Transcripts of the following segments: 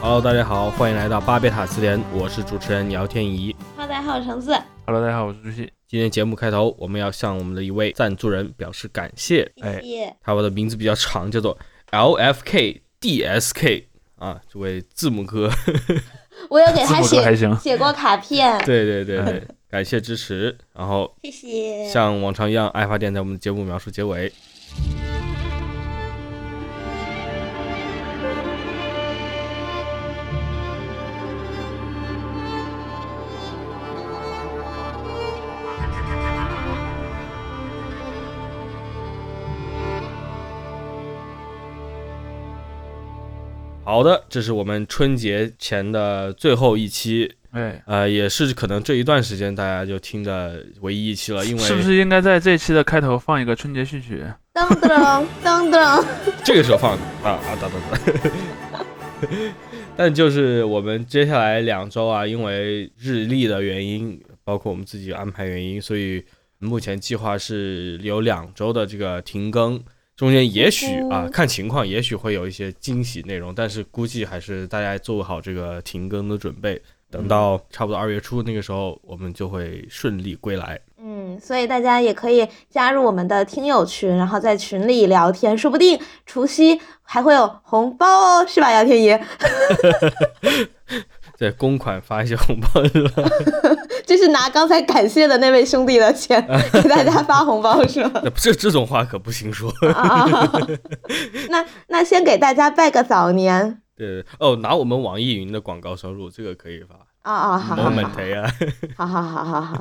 Hello， 大家好，欢迎来到巴别塔词典，我是主持人姚天怡。 Hello， 大家好，我是橙子。 Hello， 大家好，我是朱熹。 今天节目开头，我们要向我们的一位赞助人表示感谢。 谢谢。 他的名字比较长，叫做 LFKDSK 啊，这位字母哥。 我有给他写过卡片。 对，感谢支持。然后谢谢。 像往常一样，爱发电在我们的节目描述结尾。好的，这是我们春节前的最后一期，也是可能这一段时间大家就听着唯一一期了，因为是不是应该在这期的开头放一个春节序曲？ 噔噔噔噔， 这个时候放当。但就是我们接下来2周啊，因为日历的原因，包括我们自己安排原因，所以目前计划是有2周的这个停更。中间也许看情况，也许会有一些惊喜内容，但是估计还是大家做好这个停更的准备，等到差不多2月初那个时候，我们就会顺利归来。 所以大家也可以加入我们的听友群，然后在群里聊天，说不定除夕还会有红包哦，是吧，姚天爷？ 对，公款发一些红包是吧？ 就是拿刚才感谢的那位兄弟的钱给大家发红包是吧？ 这种话可不行说。 那先给大家拜个早年。 对拿我们网易云的广告收入，这个可以发。 好。好。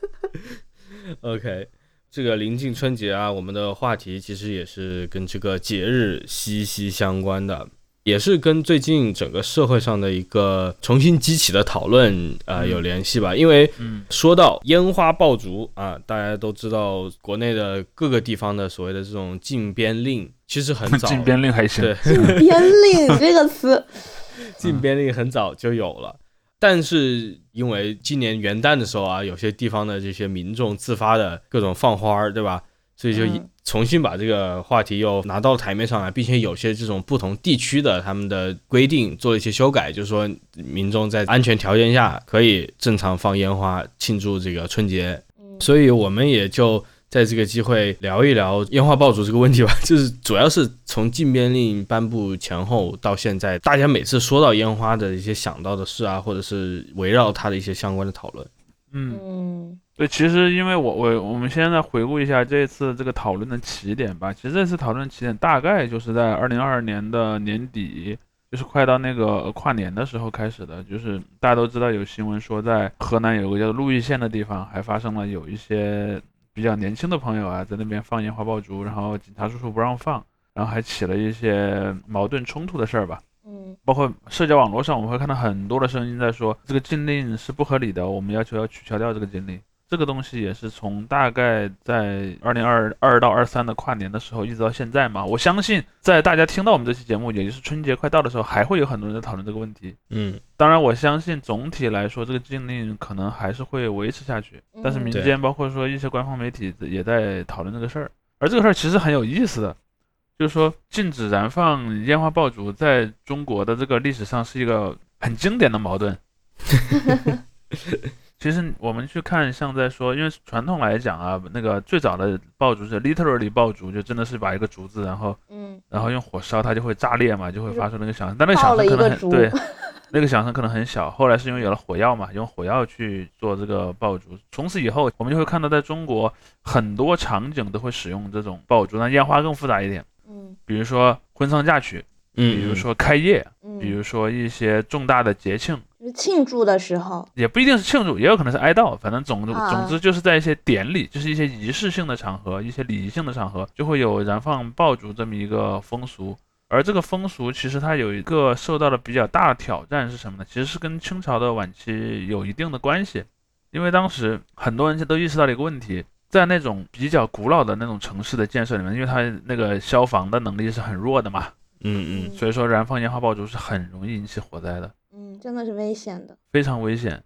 OK， 这个临近春节啊，我们的话题其实也是跟这个节日息息相关的。也是跟最近整个社会上的一个重新激起的讨论有联系吧，因为说到烟花爆竹啊，大家都知道国内的各个地方的所谓的这种禁鞭令，其实很早。 禁鞭令还行。 对， 禁鞭令这个词， 禁鞭令很早就有了，但是因为今年元旦的时候啊，有些地方的这些民众自发的各种放花，对吧？所以就重新把这个话题又拿到台面上来，并且有些这种不同地区的他们的规定做了一些修改，就是说民众在安全条件下可以正常放烟花庆祝这个春节。所以我们也就在这个机会聊一聊烟花爆竹这个问题吧，就是主要是从禁鞭令颁布前后到现在，大家每次说到烟花的一些想到的事啊，或者是围绕它的一些相关的讨论。 对，其实因为我们现在回顾一下这次这个讨论的起点吧。其实这次讨论起点大概就是在2022年的年底，就是快到那个跨年的时候开始的。就是大家都知道有新闻说，在河南有个叫鹿邑县的地方，还发生了有一些比较年轻的朋友啊，在那边放烟花爆竹，然后警察叔叔不让放，然后还起了一些矛盾冲突的事儿吧。包括社交网络上我们会看到很多的声音在说这个禁令是不合理的，我们要求要取消掉这个禁令。这个东西也是从大概在2022到23的跨年的时候一直到现在嘛，我相信在大家听到我们这期节目，也就是春节快到的时候，还会有很多人在讨论这个问题。当然我相信总体来说这个禁令可能还是会维持下去，但是民间包括说一些官方媒体也在讨论这个事儿。而这个事儿其实很有意思的，就是说禁止燃放烟花爆竹在中国的这个历史上是一个很经典的矛盾。其实我们去看，像在说，因为传统来讲啊，那个最早的爆竹是 literally 爆竹，就真的是把一个竹子，然后用火烧，它就会炸裂嘛，就会发出那个响声。但那个响声可能很对，那个响声可能很小。后来是因为有了火药嘛，用火药去做这个爆竹。从此以后，我们就会看到在中国很多场景都会使用这种爆竹，那烟花更复杂一点。比如说婚丧嫁娶，比如说开业，比如说一些重大的节庆。 庆祝的时候也不一定是庆祝，也有可能是哀悼，反正总之就是在一些典礼，就是一些仪式性的场合，一些礼仪性的场合，就会有燃放爆竹这么一个风俗。而这个风俗其实它有一个受到了比较大的挑战是什么呢？其实是跟清朝的晚期有一定的关系。因为当时很多人都意识到了一个问题，在那种比较古老的那种城市的建设里面，因为它那个消防的能力是很弱的嘛，所以说燃放烟花爆竹是很容易引起火灾的。 真的是危险的， 非常危险。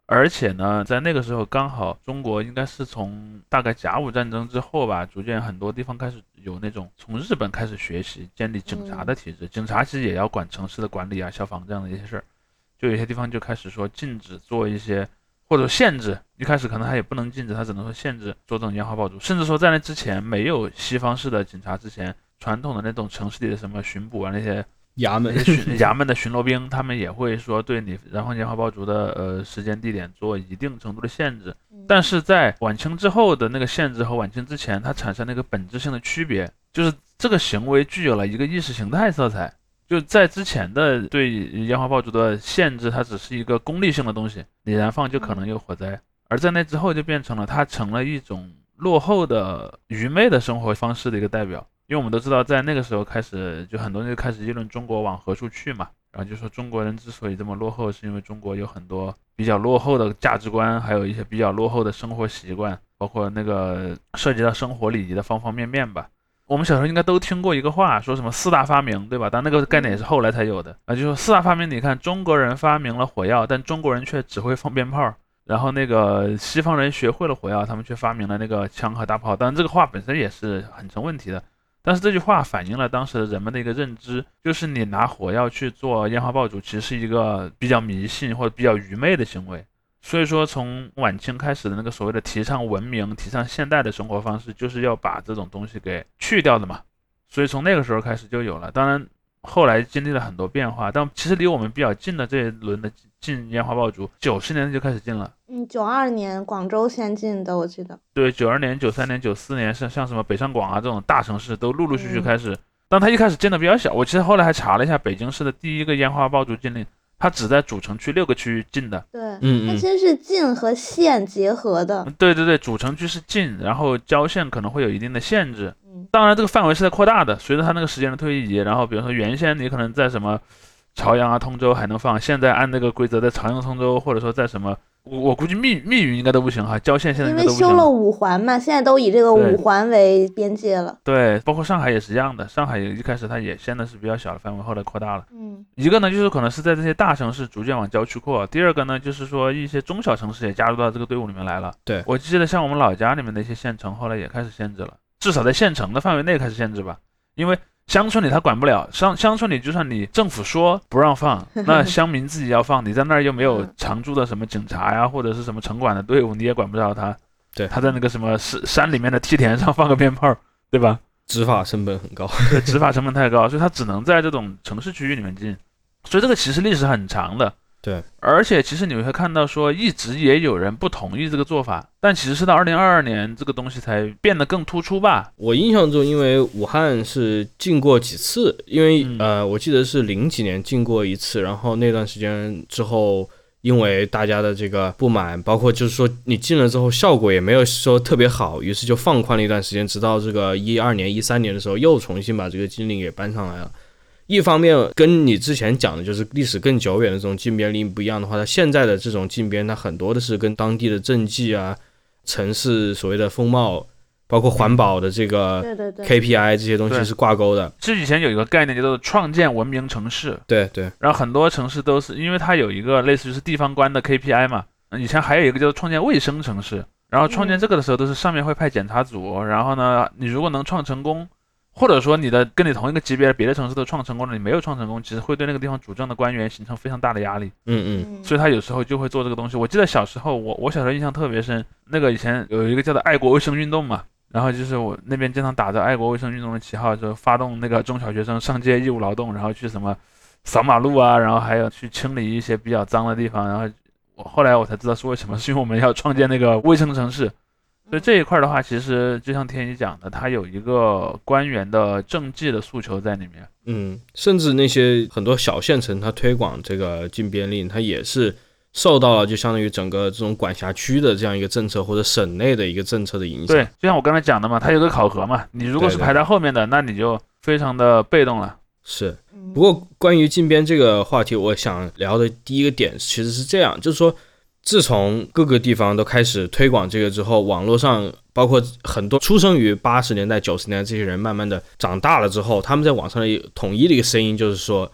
而且呢，在那个时候刚好中国应该是从大概甲午战争之后吧，逐渐很多地方开始有那种从日本开始学习建立警察的体制，警察其实也要管城市的管理啊、消防这样的一些事儿，就有些地方就开始说禁止做一些或者限制，一开始可能他也不能禁止，他只能说限制做这种烟花爆竹，甚至说在那之前没有西方式的警察之前，传统的那种城市里的什么巡捕啊那些。 衙门的巡逻兵，他们也会说对你燃放烟花爆竹的时间地点做一定程度的限制，但是在晚清之后的那个限制和晚清之前，它产生了一个本质性的区别，就是这个行为具有了一个意识形态色彩。就在之前的对烟花爆竹的限制，它只是一个功利性的东西，你燃放就可能有火灾，而在那之后就变成了它成了一种落后的愚昧的生活方式的一个代表。因为我们都知道，在那个时候开始，就很多人就开始议论中国往何处去嘛，然后就说中国人之所以这么落后，是因为中国有很多比较落后的价值观，还有一些比较落后的生活习惯，包括那个涉及到生活礼仪的方方面面吧。我们小时候应该都听过一个话，说什么四大发明，对吧？但那个概念也是后来才有的啊，就说四大发明，你看中国人发明了火药，但中国人却只会放鞭炮。然后那个西方人学会了火药，他们却发明了那个枪和大炮。当然这个话本身也是很成问题的。但是这句话反映了当时人们的一个认知，就是你拿火药去做烟花爆竹，其实是一个比较迷信或者比较愚昧的行为。所以说，从晚清开始的那个所谓的提倡文明、提倡现代的生活方式，就是要把这种东西给去掉的嘛。所以从那个时候开始就有了。当然，后来经历了很多变化，但其实离我们比较近的这一轮的禁烟花爆竹，90年代就开始禁了。 92年广州先禁的，我记得。 对，92年、93年、94年，像什么北上广啊这种大城市都陆陆续续开始。但它一开始禁的比较小，我其实后来还查了一下，北京市的第一个烟花爆竹禁令，它只在主城区6个区域禁的。 对，它其实是禁和限结合的。 对对对，主城区是禁，然后郊县可能会有一定的限制。当然这个范围是在扩大的，随着它那个时间的推移，然后比如说原先你可能在什么朝阳啊、通州还能放，现在按那个规则在朝阳、通州，或者说在什么，我估计密云应该都不行哈，郊县现在应该都不行。 因为修了5环嘛，现在都以这个5环为边界了。 对，包括上海也是一样的，上海一开始它也现在是比较小的范围，后来扩大了。一个呢就是可能是在这些大城市逐渐往郊区扩，第二个呢就是说一些中小城市也加入到这个队伍里面来了。 对， 我记得像我们老家里面的一些县城，后来也开始限制了，至少在县城的范围内开始限制吧，因为乡村里他管不了，乡村里就算你政府说不让放，那乡民自己要放，你在那儿又没有常驻的什么警察呀，或者是什么城管的队伍，你也管不着他。 对， 他在那个什么山里面的梯田上放个鞭炮，对吧？ 执法成本很高。 对，执法成本太高，所以他只能在这种城市区域里面进。所以这个其实历史很长的。 对， 而且其实你会看到说，一直也有人不同意这个做法，但其实是到2022年这个东西才变得更突出吧。 我印象中，因为武汉是禁过几次，因为我记得是00几年禁过一次，然后那段时间之后，因为大家的这个不满，包括就是说你禁了之后效果也没有说特别好，于是就放宽了一段时间，直到这个12年、13年的时候，又重新把这个禁令给搬上来了。一方面跟你之前讲的就是历史更久远的这种禁鞭令不一样的话，它现在的这种禁鞭它很多的是跟当地的政绩啊、城市所谓的风貌，包括环保的这个 KPI 这些东西是挂钩的。 其实以前有一个概念叫做创建文明城市， 对对， 然后很多城市都是因为它有一个类似于是地方官的 KPI 嘛，以前还有一个叫做创建卫生城市，然后创建这个的时候都是上面会派检查组，然后呢你如果能创成功，或者说你的跟你同一个级别的别的城市都创成功了，你没有创成功，其实会对那个地方主政的官员形成非常大的压力。所以他有时候就会做这个东西。我记得小时候我小时候印象特别深，那个以前有一个叫做爱国卫生运动嘛，然后就是我那边经常打着爱国卫生运动的旗号，就发动那个中小学生上街义务劳动，然后去什么扫马路啊，然后还有去清理一些比较脏的地方，然后后来我才知道是为什么，是因为我们要创建那个卫生城市。所以这一块的话，其实就像天一讲的，它有一个官员的政绩的诉求在里面。 甚至那些很多小县城，它推广这个禁鞭令，它也是受到了就相当于整个这种管辖区的这样一个政策或者省内的一个政策的影响。 对，就像我刚才讲的嘛，它有个考核嘛，你如果是排在后面的，那你就非常的被动了。 是，不过关于禁鞭这个话题，我想聊的第一个点其实是这样，就是说自从各个地方都开始推广这个之后，网络上包括很多出生于80年代、90年代这些人，慢慢的长大了之后，他们在网上的统一的一个声音就是说，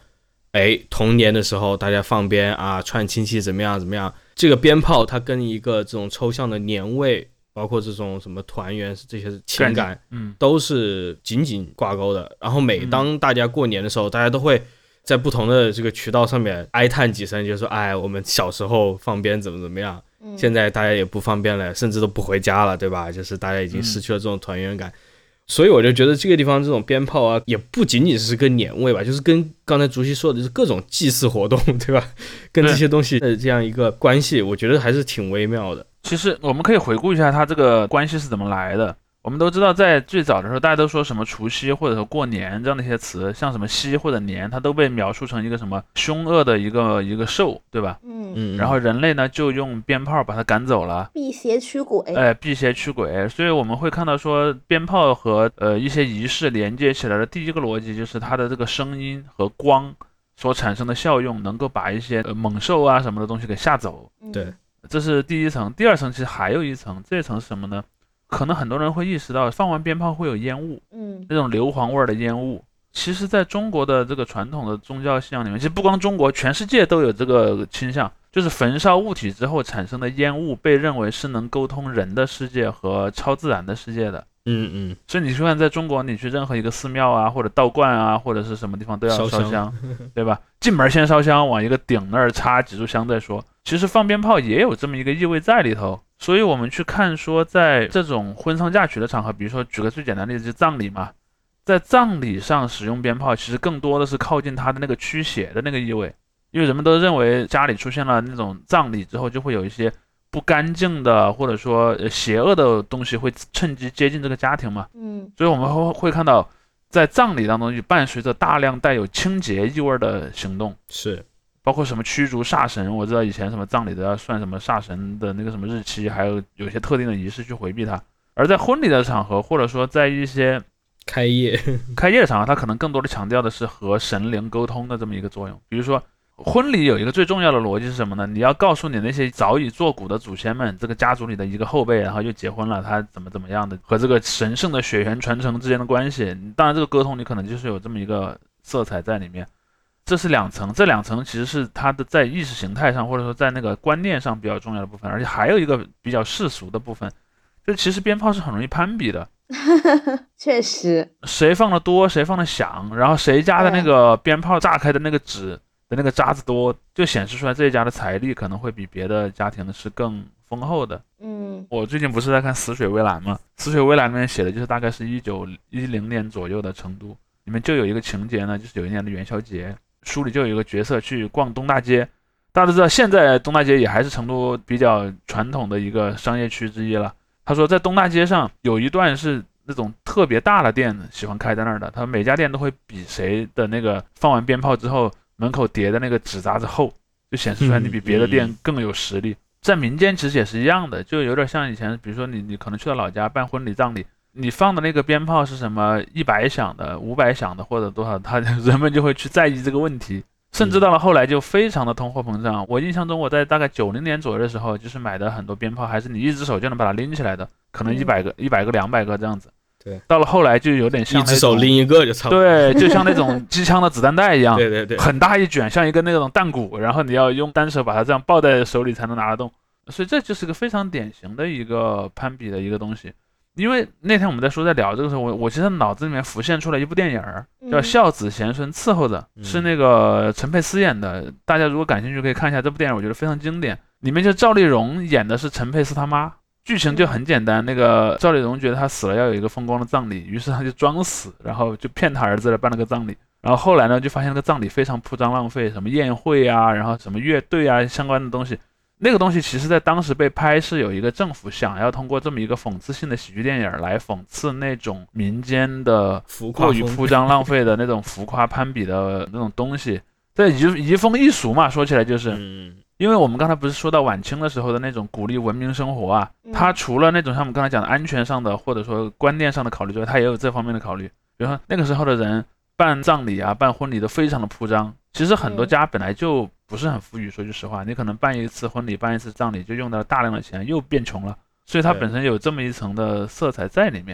童年的时候大家放鞭啊，串亲戚怎么样怎么样，这个鞭炮它跟一个这种抽象的年味，包括这种什么团圆这些情感，都是紧紧挂钩的。然后每当大家过年的时候，大家都会在不同的这个渠道上面哀叹几声，就说我们小时候放鞭怎么样，现在大家也不放鞭了，甚至都不回家了，对吧？就是大家已经失去了这种团圆感。所以我就觉得这个地方这种鞭炮啊，也不仅仅是跟年味吧，就是跟刚才竹溪说的，就是各种祭祀活动，对吧？跟这些东西的这样一个关系，我觉得还是挺微妙的。 其实我们可以回顾一下它这个关系是怎么来的。我们都知道，在最早的时候，大家都说什么除夕或者说过年这样的一些词，像什么夕或者年，它都被描述成一个什么凶恶的一个兽，对吧？然后人类呢就用鞭炮把它赶走了， 辟邪驱鬼。 辟邪驱鬼。所以我们会看到说，鞭炮和一些仪式连接起来的第一个逻辑就是它的这个声音和光所产生的效用，能够把一些猛兽啊什么的东西给吓走。 对， 这是第一层。第二层其实还有一层，这一层是什么呢？可能很多人会意识到，放完鞭炮会有烟雾，那种硫磺味的烟雾。其实在中国的这个传统的宗教信仰里面，其实不光中国，全世界都有这个倾向，就是焚烧物体之后产生的烟雾被认为是能沟通人的世界和超自然的世界的。所以你看，在中国，你去任何一个寺庙啊，或者道观啊，或者是什么地方都要烧香，对吧？进门先烧香，往一个顶那儿插几炷香再说。其实放鞭炮也有这么一个意味在里头。所以我们去看说，在这种婚丧嫁娶的场合，比如说举个最简单的例子，就是葬礼嘛，在葬礼上使用鞭炮，其实更多的是靠近它的那个驱邪的那个意味。因为人们都认为家里出现了那种葬礼之后，就会有一些不干净的或者说邪恶的东西会趁机接近这个家庭嘛。所以我们会看到，在葬礼当中就伴随着大量带有清洁意味的行动， 是包括什么驱逐煞神。我知道以前什么葬礼都要算什么煞神的那个什么日期，还有些特定的仪式去回避它。而在婚礼的场合，或者说在一些开业的场合，它可能更多的强调的是和神灵沟通的这么一个作用。比如说婚礼有一个最重要的逻辑是什么呢？你要告诉你那些早已作古的祖先们，这个家族里的一个后辈，然后又结婚了，他怎么样的，和这个神圣的血缘传承之间的关系。当然这个沟通你可能就是有这么一个色彩在里面。这是两层，这两层其实是它的在意识形态上，或者说在那个观念上比较重要的部分。而且还有一个比较世俗的部分，就其实鞭炮是很容易攀比的。 确实， 谁放的多，谁放的响，然后谁家的那个鞭炮炸开的那个纸的那个渣子多，就显示出来这一家的财力可能会比别的家庭是更丰厚的。我最近不是在看《死水微澜》吗？《死水微澜》里面写的就是大概是1910年左右的成都，里面就有一个情节呢，就是有一年的元宵节，书里就有一个角色去逛东大街。大家都知道，现在东大街也还是成都比较传统的一个商业区之一了。他说在东大街上有一段是那种特别大的店喜欢开在那儿的，他每家店都会比谁的那个放完鞭炮之后门口叠的那个纸扎子厚，就显示出来你比别的店更有实力。在民间其实也是一样的，就有点像以前，比如说你可能去到老家办婚礼葬礼，你放的那个鞭炮是什么100响的、500响的或者多少，人们就会去在意这个问题。甚至到了后来就非常的通货膨胀。我印象中我在大概90年左右的时候，就是买的很多鞭炮还是你一只手就能把它拎起来的，可能100个、200个这样子。 对， 到了后来就有点像一只手拎一个就差不多。 对，就像那种机枪的子弹带一样。 对对对， 很大一卷，像一个那种弹鼓，然后你要用单手把它这样抱在手里才能拿得动。所以这就是个非常典型的一个攀比的一个东西。因为那天我们在说在聊这个时候，我其实脑子里面浮现出来一部电影叫《孝子贤孙伺候着》，是那个陈佩斯演的。大家如果感兴趣可以看一下这部电影，我觉得非常经典。里面就赵丽蓉演的是陈佩斯他妈，剧情就很简单。那个赵丽蓉觉得他死了要有一个风光的葬礼，于是他就装死，然后就骗他儿子来办了个葬礼。然后后来呢，就发现那个葬礼非常铺张浪费，什么宴会啊，然后什么乐队啊相关的东西。那个东西其实在当时被拍是有一个政府想要通过这么一个讽刺性的喜剧电影来讽刺那种民间的过于铺张浪费的那种浮夸攀比的那种东西。这移风易俗嘛，说起来就是因为我们刚才不是说到晚清的时候的那种鼓励文明生活啊，它除了那种像我们刚才讲的安全上的或者说观念上的考虑之外，它也有这方面的考虑。比如说那个时候的人办葬礼啊办婚礼都非常的铺张，其实很多家本来就不是很富裕，说句实话，你可能办一次婚礼办一次葬礼就用到了大量的钱，又变穷了，所以它本身有这么一层的色彩在里面。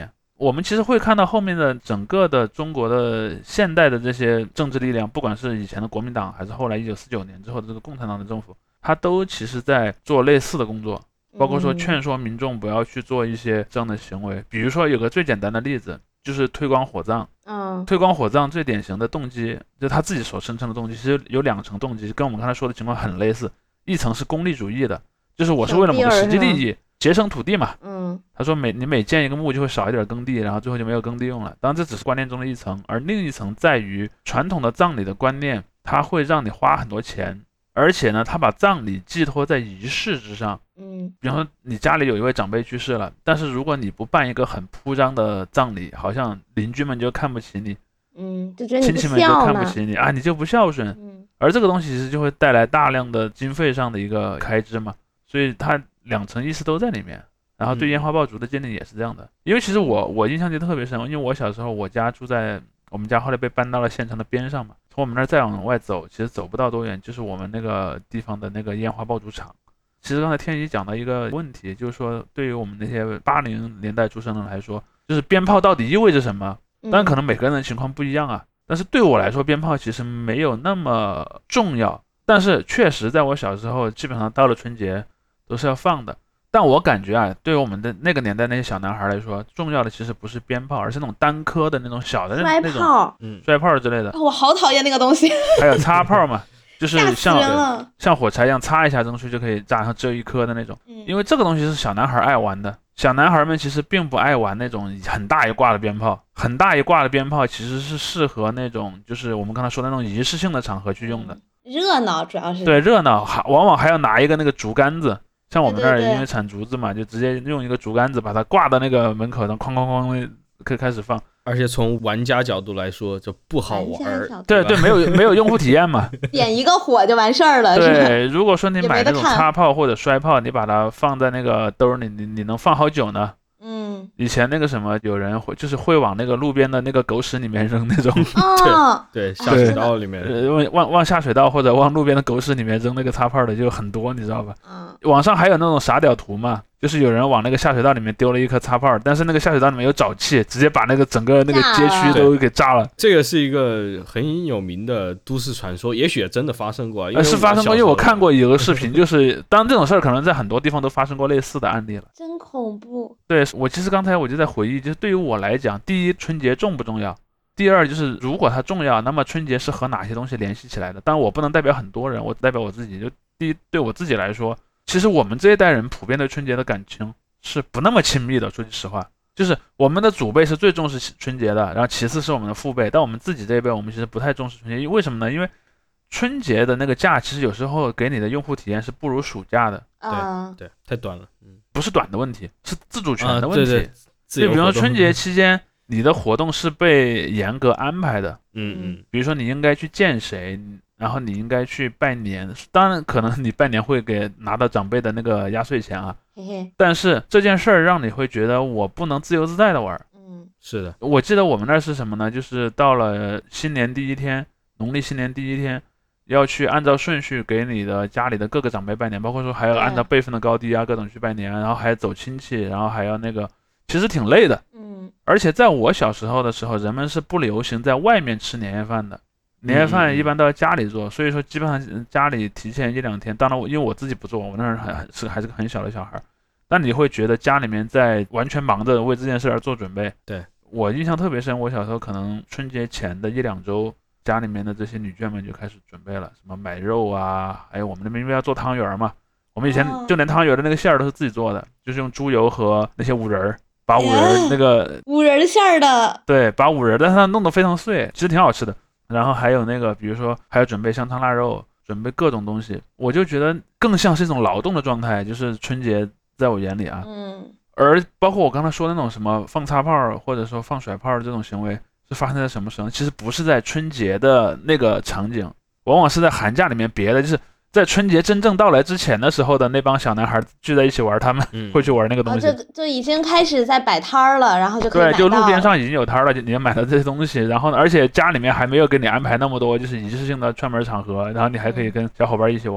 我们其实会看到后面的整个的中国的现代的这些政治力量，不管是以前的国民党还是后来1949年之后的这个共产党的政府，它都其实在做类似的工作，包括说劝说民众不要去做一些这样的行为。比如说有个最简单的例子，就是推广火葬。推广火葬最典型的动机，就他自己所声称的动机，其实有2层动机，跟我们刚才说的情况很类似。一层是功利主义的，就是我是为了某个实际利益，节省土地嘛。他说你每建一个墓就会少一点耕地，然后最后就没有耕地用了。当然这只是观念中的一层，而另一层在于传统的葬礼的观念，它会让你花很多钱，而且呢，他把葬礼寄托在仪式之上。比方说你家里有一位长辈去世了，但是如果你不办一个很铺张的葬礼，好像邻居们就看不起你， 就觉得你亲戚们就看不起你啊，你就不孝顺。而这个东西其实就会带来大量的经费上的一个开支嘛，所以它2层意思都在里面。然后对烟花爆竹的建立也是这样的，因为其实我印象就特别深，因为我小时候我家住在我们家，后来被搬到了县城的边上嘛，从我们那儿再往外走，其实走不到多远，就是我们那个地方的那个烟花爆竹厂。其实刚才天一讲到一个问题，就是说对于我们那些80年代出生的人来说，就是鞭炮到底意味着什么？当然可能每个人的情况不一样啊，但是对我来说鞭炮其实没有那么重要，但是确实在我小时候基本上到了春节都是要放的。但我感觉啊，对于我们的那个年代那些小男孩来说，重要的其实不是鞭炮，而是那种单颗的那种小的那种摔炮之类的。 我好讨厌那个东西。 还有擦炮嘛，就是像火柴一样擦一下扔出去就可以炸，然后只有1颗的那种。因为这个东西是小男孩爱玩的，小男孩们其实并不爱玩那种很大一挂的鞭炮，很大一挂的鞭炮其实是适合那种就是我们刚才说的那种仪式性的场合去用的， 热闹主要是。对， 热闹，往往还要拿一个那个竹竿子。像我们那儿因为产竹子嘛，就直接用一个竹竿子把它挂到那个门口上，哐哐哐可以开始放。 而且从玩家角度来说就不好玩， 对，没有用户体验嘛。 点一个火就完事儿了。 对，如果说你买那种擦炮或者摔炮，你把它放在那个兜里，你能放好久呢。以前那个什么，有人会往那个路边的那个狗屎里面扔那种。 对，下水道里面往下水道或者往路边的狗屎里面扔那个擦炮的就很多，你知道吧？网上还有那种傻屌图嘛，就是有人往那个下水道里面丢了一颗擦炮，但是那个下水道里面有沼气，直接把那个整个那个街区都给炸了。 这个是一个很有名的都市传说，也许也真的发生过。 是发生过，因为我看过有个视频，就是当然这种事儿可能在很多地方都发生过类似的案例了。 真恐怖。 对，我其实刚才我就在回忆，就是对于我来讲，第一，春节重不重要？第二，就是如果它重要，那么春节是和哪些东西联系起来的？当然我不能代表很多人，我代表我自己。就第一，对我自己来说，其实我们这一代人普遍对春节的感情是不那么亲密的，说句实话，就是我们的祖辈是最重视春节的，然后其次是我们的父辈，但我们自己这一辈我们其实不太重视春节。为什么呢？因为春节的那个假其实有时候给你的用户体验是不如暑假的。 对，太短了。 不是短的问题，是自主权的问题。 对， 就比如说春节期间你的活动是被严格安排的。比如说你应该去见谁，然后你应该去拜年，当然可能你拜年会给拿到长辈的那个压岁钱啊，但是这件事儿让你会觉得我不能自由自在的玩。 是的， 我记得我们那是什么呢？就是到了新年第一天，农历新年第一天，要去按照顺序给你的家里的各个长辈拜年，包括说还要按照辈分的高低啊各种去拜年，然后还要走亲戚，然后还要那个，其实挺累的。而且在我小时候的时候，人们是不流行在外面吃年夜饭的，年夜饭一般都要家里做，所以说基本上家里提前1-2天，当然因为我自己不做，我那儿还是个很小的小孩，但你会觉得家里面在完全忙着为这件事而做准备。 对， 我印象特别深，我小时候可能春节前的1-2周，家里面的这些女眷们就开始准备了，什么买肉啊，还有我们那边因为要做汤圆嘛，我们以前就连汤圆的那个馅儿都是自己做的，就是用猪油和那些五仁，把五仁那个五仁馅儿的， 对，把五仁但是它弄得非常碎，其实挺好吃的。然后还有那个比如说还要准备香汤腊肉，准备各种东西，我就觉得更像是一种劳动的状态，就是春节在我眼里啊。而包括我刚才说的那种什么放擦炮或者说放甩炮这种行为是发生在什么时候？其实不是在春节的那个场景，往往是在寒假里面别的，就是在春节真正到来之前的时候的那帮小男孩聚在一起玩，他们会去玩那个东西。 就已经开始在摆摊了，然后就可以买到。 对，就路边上已经有摊了，你买到这些东西，然后呢，而且家里面还没有给你安排那么多就是仪式性的串门场合，然后你还可以跟小伙伴一起玩。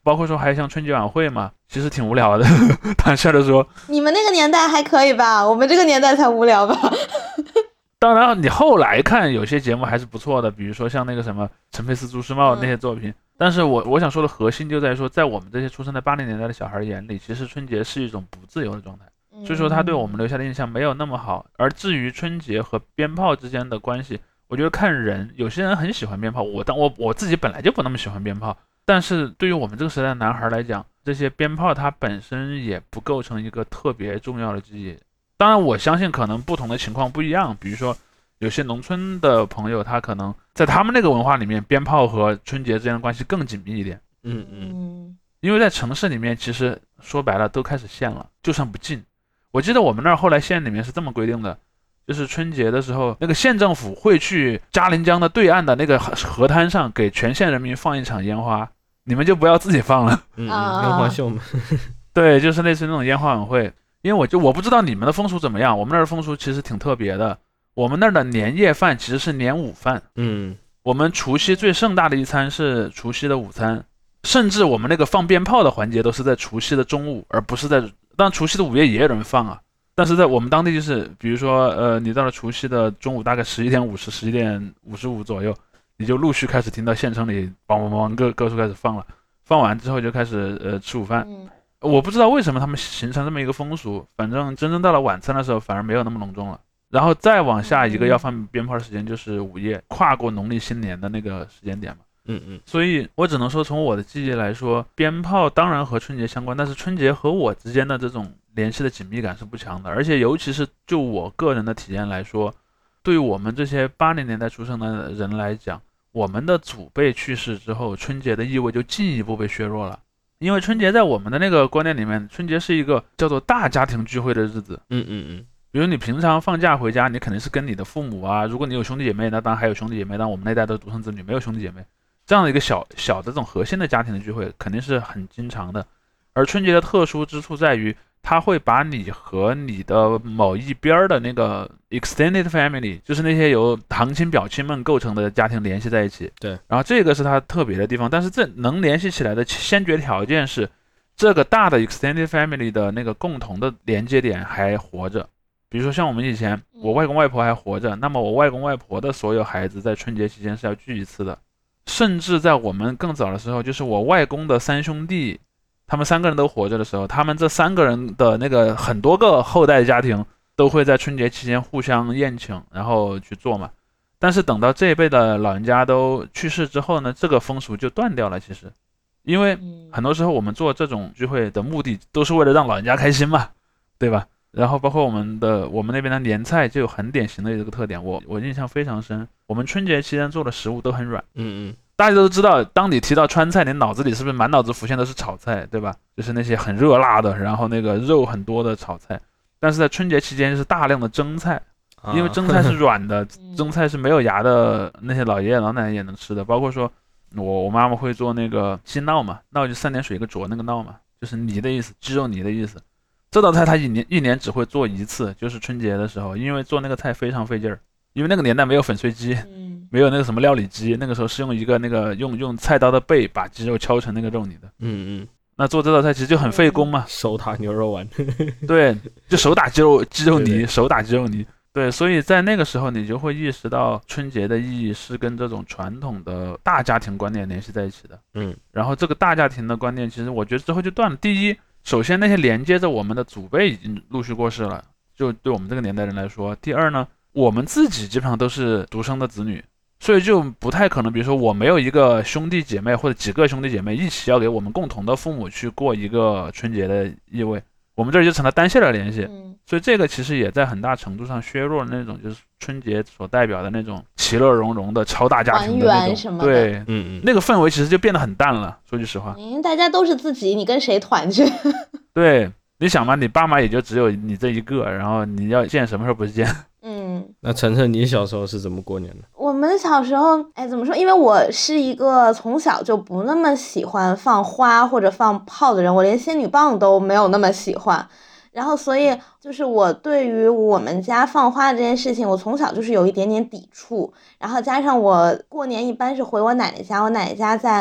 包括说还有像春节晚会嘛，其实挺无聊的。坦率的说， 你们那个年代还可以吧？我们这个年代才无聊吧？ 当然你后来看有些节目还是不错的，比如说像那个什么陈佩斯朱时茂那些作品。但是我想说的核心就在于说，在我们这些出生在80年代的小孩眼里，其实春节是一种不自由的状态，所以说他对我们留下的印象没有那么好。而至于春节和鞭炮之间的关系，我觉得看人，有些人很喜欢鞭炮，我自己本来就不那么喜欢鞭炮，但是对于我们这个时代的男孩来讲，这些鞭炮它本身也不构成一个特别重要的记忆。当然我相信可能不同的情况不一样，比如说有些农村的朋友，他可能在他们那个文化里面，鞭炮和春节之间的关系更紧密一点。因为在城市里面，其实说白了都开始限了，就算不禁。我记得我们那儿后来县里面是这么规定的，就是春节的时候，那个县政府会去嘉陵江的对岸的那个河滩上给全县人民放一场烟花，你们就不要自己放了。 烟花秀嘛。 对，就是类似那种烟花晚会。因为我不知道你们的风俗怎么样，我们那儿的风俗其实挺特别的。我们那儿的年夜饭其实是年午饭。我们除夕最盛大的一餐是除夕的午餐，甚至我们那个放鞭炮的环节都是在除夕的中午，而不是在，当然除夕的午夜也有人放啊，但是在我们当地就是，比如说你到了除夕的中午大概11点50、11点55左右，你就陆续开始听到县城里梆梆梆各处开始放了，放完之后就开始吃午饭。我不知道为什么他们形成这么一个风俗，反正真正到了晚餐的时候反而没有那么隆重了。然后再往下一个要放鞭炮的时间就是午夜，跨过农历新年的那个时间点嘛。所以我只能说从我的记忆来说，鞭炮当然和春节相关，但是春节和我之间的这种联系的紧密感是不强的。而且尤其是就我个人的体验来说，对于我们这些80年代出生的人来讲，我们的祖辈去世之后，春节的意味就进一步被削弱了。因为春节在我们的那个观念里面，春节是一个叫做大家庭聚会的日子。比如你平常放假回家，你肯定是跟你的父母啊，如果你有兄弟姐妹，那当然还有兄弟姐妹，但我们那代都是独生子女，没有兄弟姐妹，这样的一个小的这种核心的家庭的聚会肯定是很经常的。而春节的特殊之处在于，它会把你和你的某一边的那个 extended family， 就是那些由堂亲表亲们构成的家庭联系在一起。 对， 然后这个是它特别的地方，但是这能联系起来的先决条件是，这个大的 extended family 的那个共同的连接点还活着。比如说像我们以前，我外公外婆还活着，那么我外公外婆的所有孩子在春节期间是要聚一次的。甚至在我们更早的时候，就是我外公的3兄弟，他们3个人都活着的时候，他们这3个人的那个很多个后代家庭都会在春节期间互相宴请，然后去做嘛。但是等到这一辈的老人家都去世之后呢，这个风俗就断掉了。其实因为很多时候我们做这种聚会的目的都是为了让老人家开心嘛，对吧？然后包括我们那边的年菜就有很典型的这个特点，我印象非常深。我们春节期间做的食物都很软。大家都知道，当你提到川菜，你脑子里是不是满脑子浮现的是炒菜，对吧？就是那些很热辣的，然后那个肉很多的炒菜。但是在春节期间是大量的蒸菜，因为蒸菜是软的，蒸菜是没有芽的，那些老爷爷老奶奶也能吃的。包括说我妈妈会做那个鸡闹嘛，闹就3点水一个浊那个闹嘛，就是泥的意思，鸡肉泥的意思。这道菜他一年只会做一次，就是春节的时候，因为做那个菜非常费劲儿，因为那个年代没有粉碎机，没有那个什么料理机，那个时候是用一个那个用菜刀的背把鸡肉敲成那个肉泥的。那做这道菜其实就很费工嘛， 手打牛肉丸。 对，就手打鸡肉泥，手打鸡肉泥。对，所以在那个时候你就会意识到春节的意义是跟这种传统的大家庭观念联系在一起的。然后这个大家庭的观念其实我觉得之后就断了。第一，首先那些连接着我们的祖辈已经陆续过世了，就对我们这个年代人来说。第二呢，我们自己基本上都是独生的子女，所以就不太可能，比如说我没有一个兄弟姐妹或者几个兄弟姐妹一起要给我们共同的父母去过一个春节的意味，我们这就成了单线的联系。所以这个其实也在很大程度上削弱了那种就是春节所代表的那种其乐融融的超大家庭的那种，对，那个氛围其实就变得很淡了。说句实话， 大家都是自己，你跟谁团去？对， 你想嘛，你爸妈也就只有你这一个，然后你要见什么时候不见？ 那晨晨，你小时候是怎么过年的？ 我们小时候，怎么说？因为我是一个从小就不那么喜欢放花或者放炮的人，我连仙女棒都没有那么喜欢。然后，所以就是我对于我们家放花这件事情，我从小就是有一点点抵触。然后加上我过年一般是回我奶奶家，我奶奶家在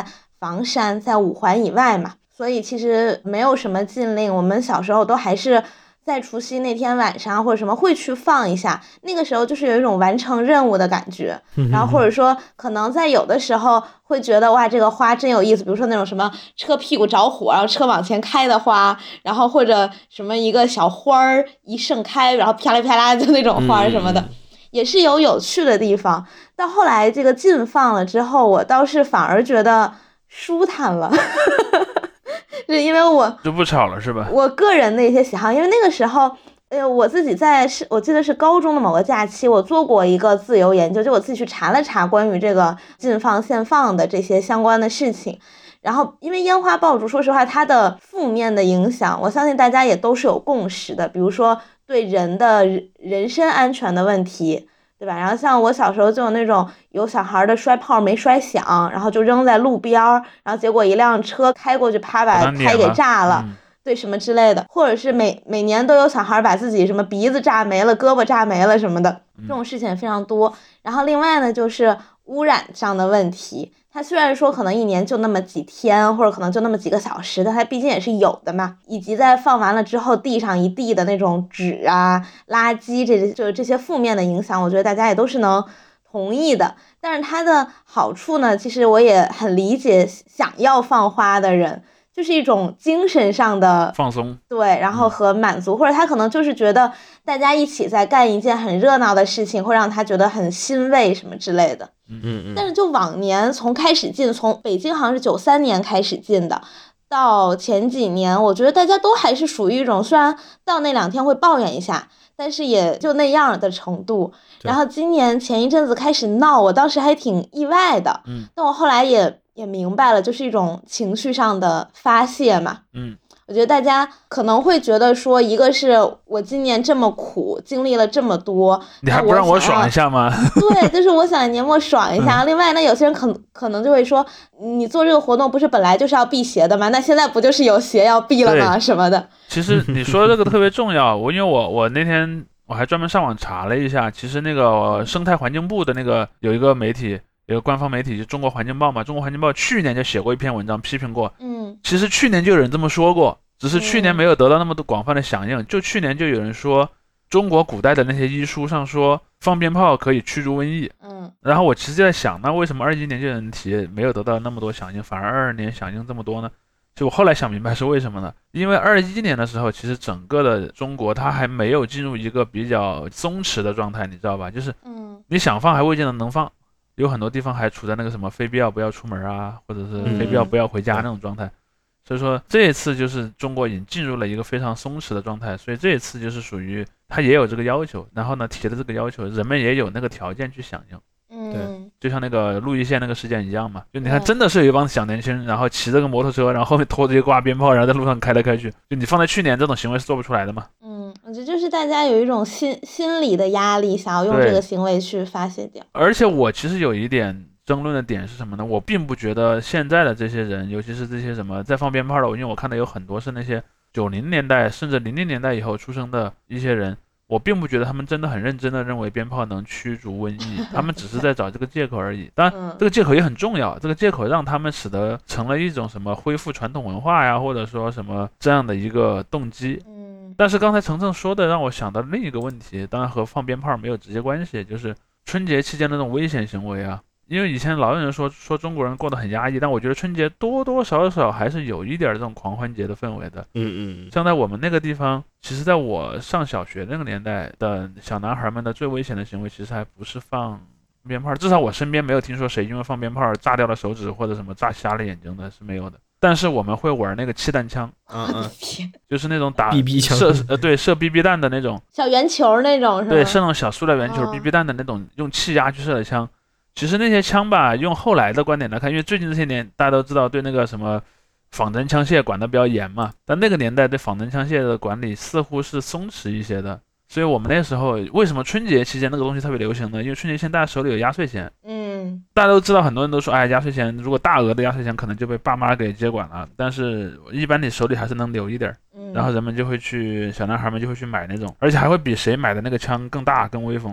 房山，在5环以外嘛，所以其实没有什么禁令。我们小时候都还是在除夕那天晚上或者什么会去放一下，那个时候就是有一种完成任务的感觉。然后或者说可能在有的时候会觉得哇，这个花真有意思，比如说那种什么车屁股着火然后车往前开的花，然后或者什么一个小花儿一盛开然后啪啦啪啦就那种花什么的，也是有趣的地方。到后来这个禁放了之后，我倒是反而觉得舒坦了是因为我就不吵了是吧？ 我个人的一些喜好，因为那个时候我自己我记得是高中的某个假期，我做过一个自由研究，就我自己去查了查关于这个禁放限放的这些相关的事情。然后因为烟花爆竹说实话它的负面的影响我相信大家也都是有共识的，比如说对人的人身安全的问题，对吧？然后像我小时候就有那种有小孩的摔炮没摔响，然后就扔在路边，然后结果一辆车开过去啪把胎给炸了，对，什么之类的。或者是每年都有小孩把自己什么鼻子炸没了胳膊炸没了什么的，这种事情也非常多。然后另外呢就是污染上的问题，它虽然说可能一年就那么几天或者可能就那么几个小时，但它毕竟也是有的嘛。以及在放完了之后地上一地的那种纸啊垃圾，这些负面的影响我觉得大家也都是能同意的。但是它的好处呢，其实我也很理解想要放花的人，就是一种精神上的放松， 对，然后和满足，或者他可能就是觉得大家一起在干一件很热闹的事情，会让他觉得很欣慰什么之类的。但是就往年从开始禁，从北京好像是93年开始禁的，到前几年，我觉得大家都还是属于一种虽然到那2天会抱怨一下，但是也就那样的程度。然后今年前一阵子开始闹，我当时还挺意外的，但我后来也明白了，就是一种情绪上的发泄嘛。我觉得大家可能会觉得说，一个是我今年这么苦，经历了这么多， 你还不让我爽一下吗？ 对，就是我想年末爽一下。另外，那有些人可能就会说，你做这个活动不是本来就是要避邪的吗？那现在不就是有邪要避了吗？什么的。 其实你说这个特别重要，因为我那天我还专门上网查了一下，其实那个生态环境部的那个有一个媒体。有个官方媒体就中国环境报嘛，中国环境报去年就写过一篇文章批评过，其实去年就有人这么说过，只是去年没有得到那么多广泛的响应。就去年就有人说，中国古代的那些医书上说放鞭炮可以驱逐瘟疫，然后我其实就在想，那为什么21年就有人提没有得到那么多响应，反而22年响应这么多呢？就我后来想明白是为什么呢？因为21年的时候，其实整个的中国它还没有进入一个比较松弛的状态，你知道吧？就是你想放还未见得能放。有很多地方还处在那个什么非必要不要出门啊，或者是非必要不要回家那种状态。所以说这一次就是中国已经进入了一个非常松弛的状态，所以这一次就是属于他也有这个要求，然后呢提的这个要求，人们也有那个条件去响应。 对， 就像那个鹿邑县那个事件一样嘛，就你看真的是有一帮小年轻，然后骑着个摩托车，然后后面拖着一挂鞭炮，然后在路上开来开去，就你放在去年这种行为是做不出来的嘛。 我觉得就是大家有一种心理的压力，想要用这个行为去发泄掉。 而且我其实有一点争论的点是什么呢？我并不觉得现在的这些人，尤其是这些什么在放鞭炮的，因为我看到有很多是那些90年代甚至00年代以后出生的一些人，我并不觉得他们真的很认真的认为鞭炮能驱逐瘟疫，他们只是在找这个借口而已。当然这个借口也很重要，这个借口让他们使得成了一种什么恢复传统文化呀，或者说什么这样的一个动机。但是刚才程程说的让我想到另一个问题，当然和放鞭炮没有直接关系，就是春节期间的那种危险行为啊。因为以前老有人说中国人过得很压抑，但我觉得春节多多少少还是有一点这种狂欢节的氛围的。像在我们那个地方，其实在我上小学那个年代的小男孩们的最危险的行为，其实还不是放鞭炮，至少我身边没有听说谁因为放鞭炮炸掉了手指或者什么炸瞎了眼睛的，是没有的。但是我们会玩那个气弹枪，就是那种打 BB 枪， 射 BB 弹的那种小圆球那种，是吧？ 对，射那种小塑料圆球 BB 弹的那种用气压去射的枪。其实那些枪吧，用后来的观点来看，因为最近这些年大家都知道对那个什么仿真枪械管得比较严嘛，但那个年代对仿真枪械的管理似乎是松弛一些的。所以我们那时候为什么春节期间那个东西特别流行呢？因为春节期间大家手里有压岁钱，大家都知道，很多人都说，哎，压岁钱如果大额的压岁钱可能就被爸妈给接管了，但是一般你手里还是能留一点，然后人们就会去，小男孩们就会去买那种，而且还会比谁买的那个枪更大更威风。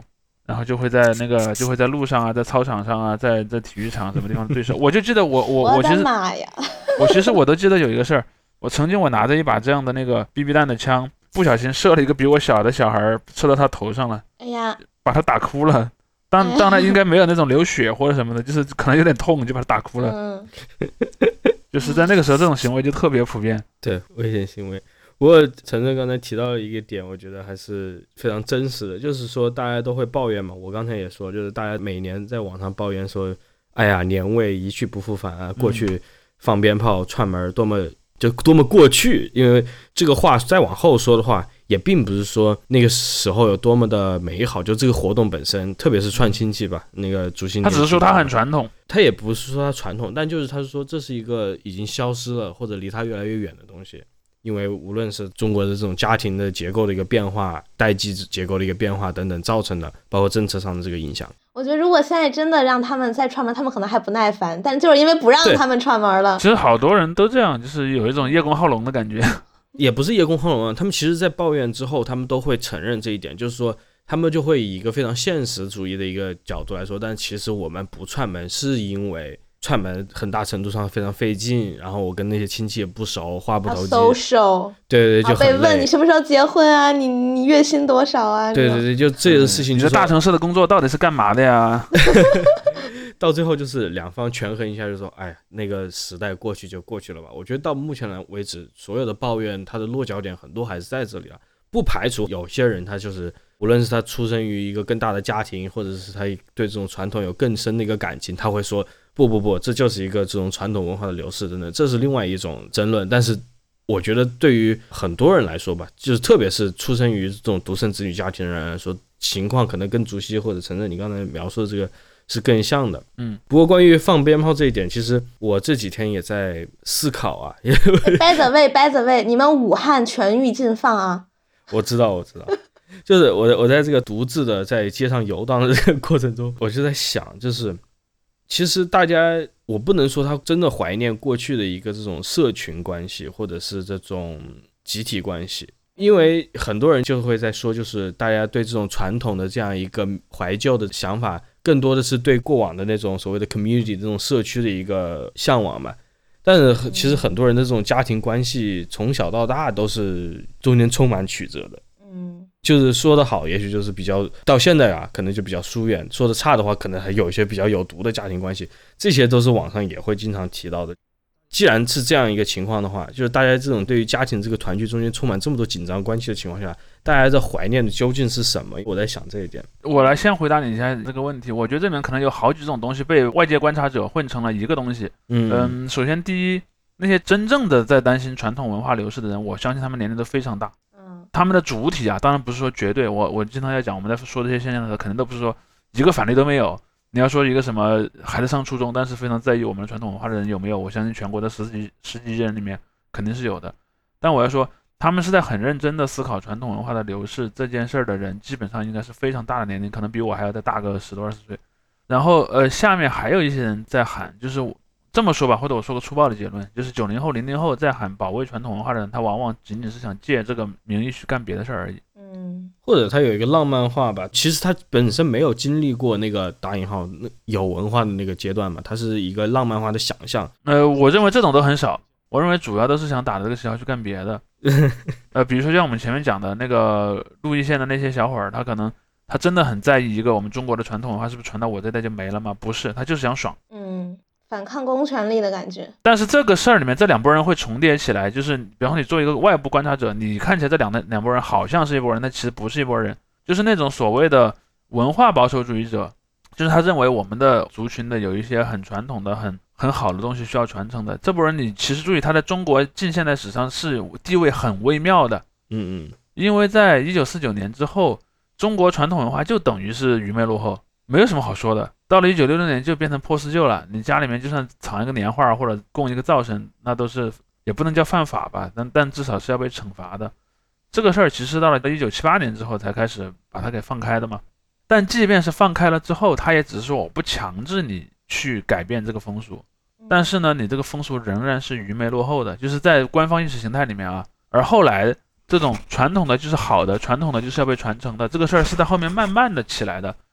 然后就会在路上啊，在操场上啊，在体育场什么地方对射。我就记得我其实妈呀， 我都记得有一个事儿，我曾经拿着一把这样的那个 BB 弹的枪，不小心射了一个比我小的小孩，射到他头上了， 哎呀， 把他打哭了。当然应该没有那种流血或者什么的，就是可能有点痛就把他打哭了。就是在那个时候这种行为就特别普遍。 对，危险行为。不过陈正刚才提到了一个点，我觉得还是非常真实的，就是说大家都会抱怨嘛，我刚才也说，就是大家每年在网上抱怨说，哎呀，年味一去不复返啊，过去放鞭炮串门多么过去，因为这个话再往后说的话，也并不是说那个时候有多么的美好，就这个活动本身，特别是串亲戚吧，那个竹新年， 他只是说他很传统， 他也不是说他传统，但就是他是说这是一个已经消失了或者离他越来越远的东西。因为无论是中国的这种家庭的结构的一个变化，代际结构的一个变化等等造成的，包括政策上的这个影响。 我觉得如果现在真的让他们再串门，他们可能还不耐烦，但就是因为不让他们串门了。 其实好多人都这样，就是有一种叶公好龙的感觉。 也不是叶公好龙啊，他们其实在抱怨之后，他们都会承认这一点，就是说他们就会以一个非常现实主义的一个角度来说，但其实我们不串门是因为串门很大程度上非常费劲，然后我跟那些亲戚也不熟，话不投机， social， 对，就很累。 被问你什么时候结婚啊，你月薪多少啊？ 对，就这个事情， 你在大城市的工作到底是干嘛的呀？ 到最后就是两方权衡一下，就说，哎，那个时代过去就过去了吧。我觉得到目前为止，所有的抱怨，它的落脚点很多还是在这里啊。不排除有些人他就是，无论是他出生于一个更大的家庭，或者是他对这种传统有更深的一个感情，他会说不，这就是一个这种传统文化的流逝等等，这是另外一种争论。但是我觉得对于很多人来说吧，就是特别是出生于这种独生子女家庭的人来说，情况可能跟竹溪或者陈正你刚才描述的这个是更像的。不过关于放鞭炮这一点，其实我这几天也在思考啊。 by the way， 你们武汉全域禁放啊？ 我知道，就是我在这个独自的在街上游荡的这个过程中，我就在想，就是其实大家，我不能说他真的怀念过去的一个这种社群关系，或者是这种集体关系，因为很多人就会在说，就是大家对这种传统的这样一个怀旧的想法，更多的是对过往的那种所谓的 community 这种社区的一个向往嘛。但是其实很多人的这种家庭关系从小到大都是中间充满曲折的。就是说的好也许就是比较到现在啊可能就比较疏远，说的差的话可能还有一些比较有毒的家庭关系，这些都是网上也会经常提到的。既然是这样一个情况的话，就是大家这种对于家庭这个团聚中间充满这么多紧张关系的情况下，大家在怀念的究竟是什么？我在想这一点。 我来先回答你一下这个问题。我觉得这里面可能有好几种东西被外界观察者混成了一个东西。首先第一，那些真正的在担心传统文化流逝的人，我相信他们年龄都非常大。他们的主体啊，当然不是说绝对。我经常在讲，我们在说这些现象的时候，可能都不是说一个反例都没有。你要说一个什么孩子上初中但是非常在意我们的传统文化的人有没有？我相信全国的十几人里面肯定是有的。但我要说，他们是在很认真的思考传统文化的流逝这件事的人，基本上应该是非常大的年龄，可能比我还要再大个10多20岁。然后下面还有一些人在喊，就是这么说吧，或者我说个粗暴的结论，就是90后、00后在喊保卫传统文化的人，他往往仅仅是想借这个名义去干别的事儿而已。 或者他有一个浪漫化吧，其实他本身没有经历过那个打引号有文化的那个阶段嘛，他是一个浪漫化的想象。 我认为这种都很少，我认为主要都是想打着这个旗号去干别的。比如说像我们前面讲的那个鹿邑县的那些小伙儿，他真的很在意一个我们中国的传统文化是不是传到我这代就没了吗？不是，他就是想爽。 反抗公权力的感觉。 但是这个事儿里面这两拨人会重叠起来，就是比方说你作为一个外部观察者，你看起来这两拨人好像是一拨人，但其实不是一拨人，就是那种所谓的文化保守主义者，就是他认为我们的族群的有一些很传统的很好的东西需要传承的。这拨人你其实注意他在中国近现代史上是地位很微妙的。因为在1949年之后，中国传统文化就等于是愚昧落后，没有什么好说的。到了1966年就变成破四旧了，你家里面就算藏一个年画或者供一个灶神，那都是也不能叫犯法吧，但至少是要被惩罚的。这个事儿其实到了1978年之后才开始把它给放开的嘛。但即便是放开了之后，它也只是说我不强制你去改变这个风俗，但是呢，你这个风俗仍然是愚昧落后的，就是在官方意识形态里面啊。而后来这种传统的就是好的，传统的就是要被传承的，这个事儿是在后面慢慢的起来的。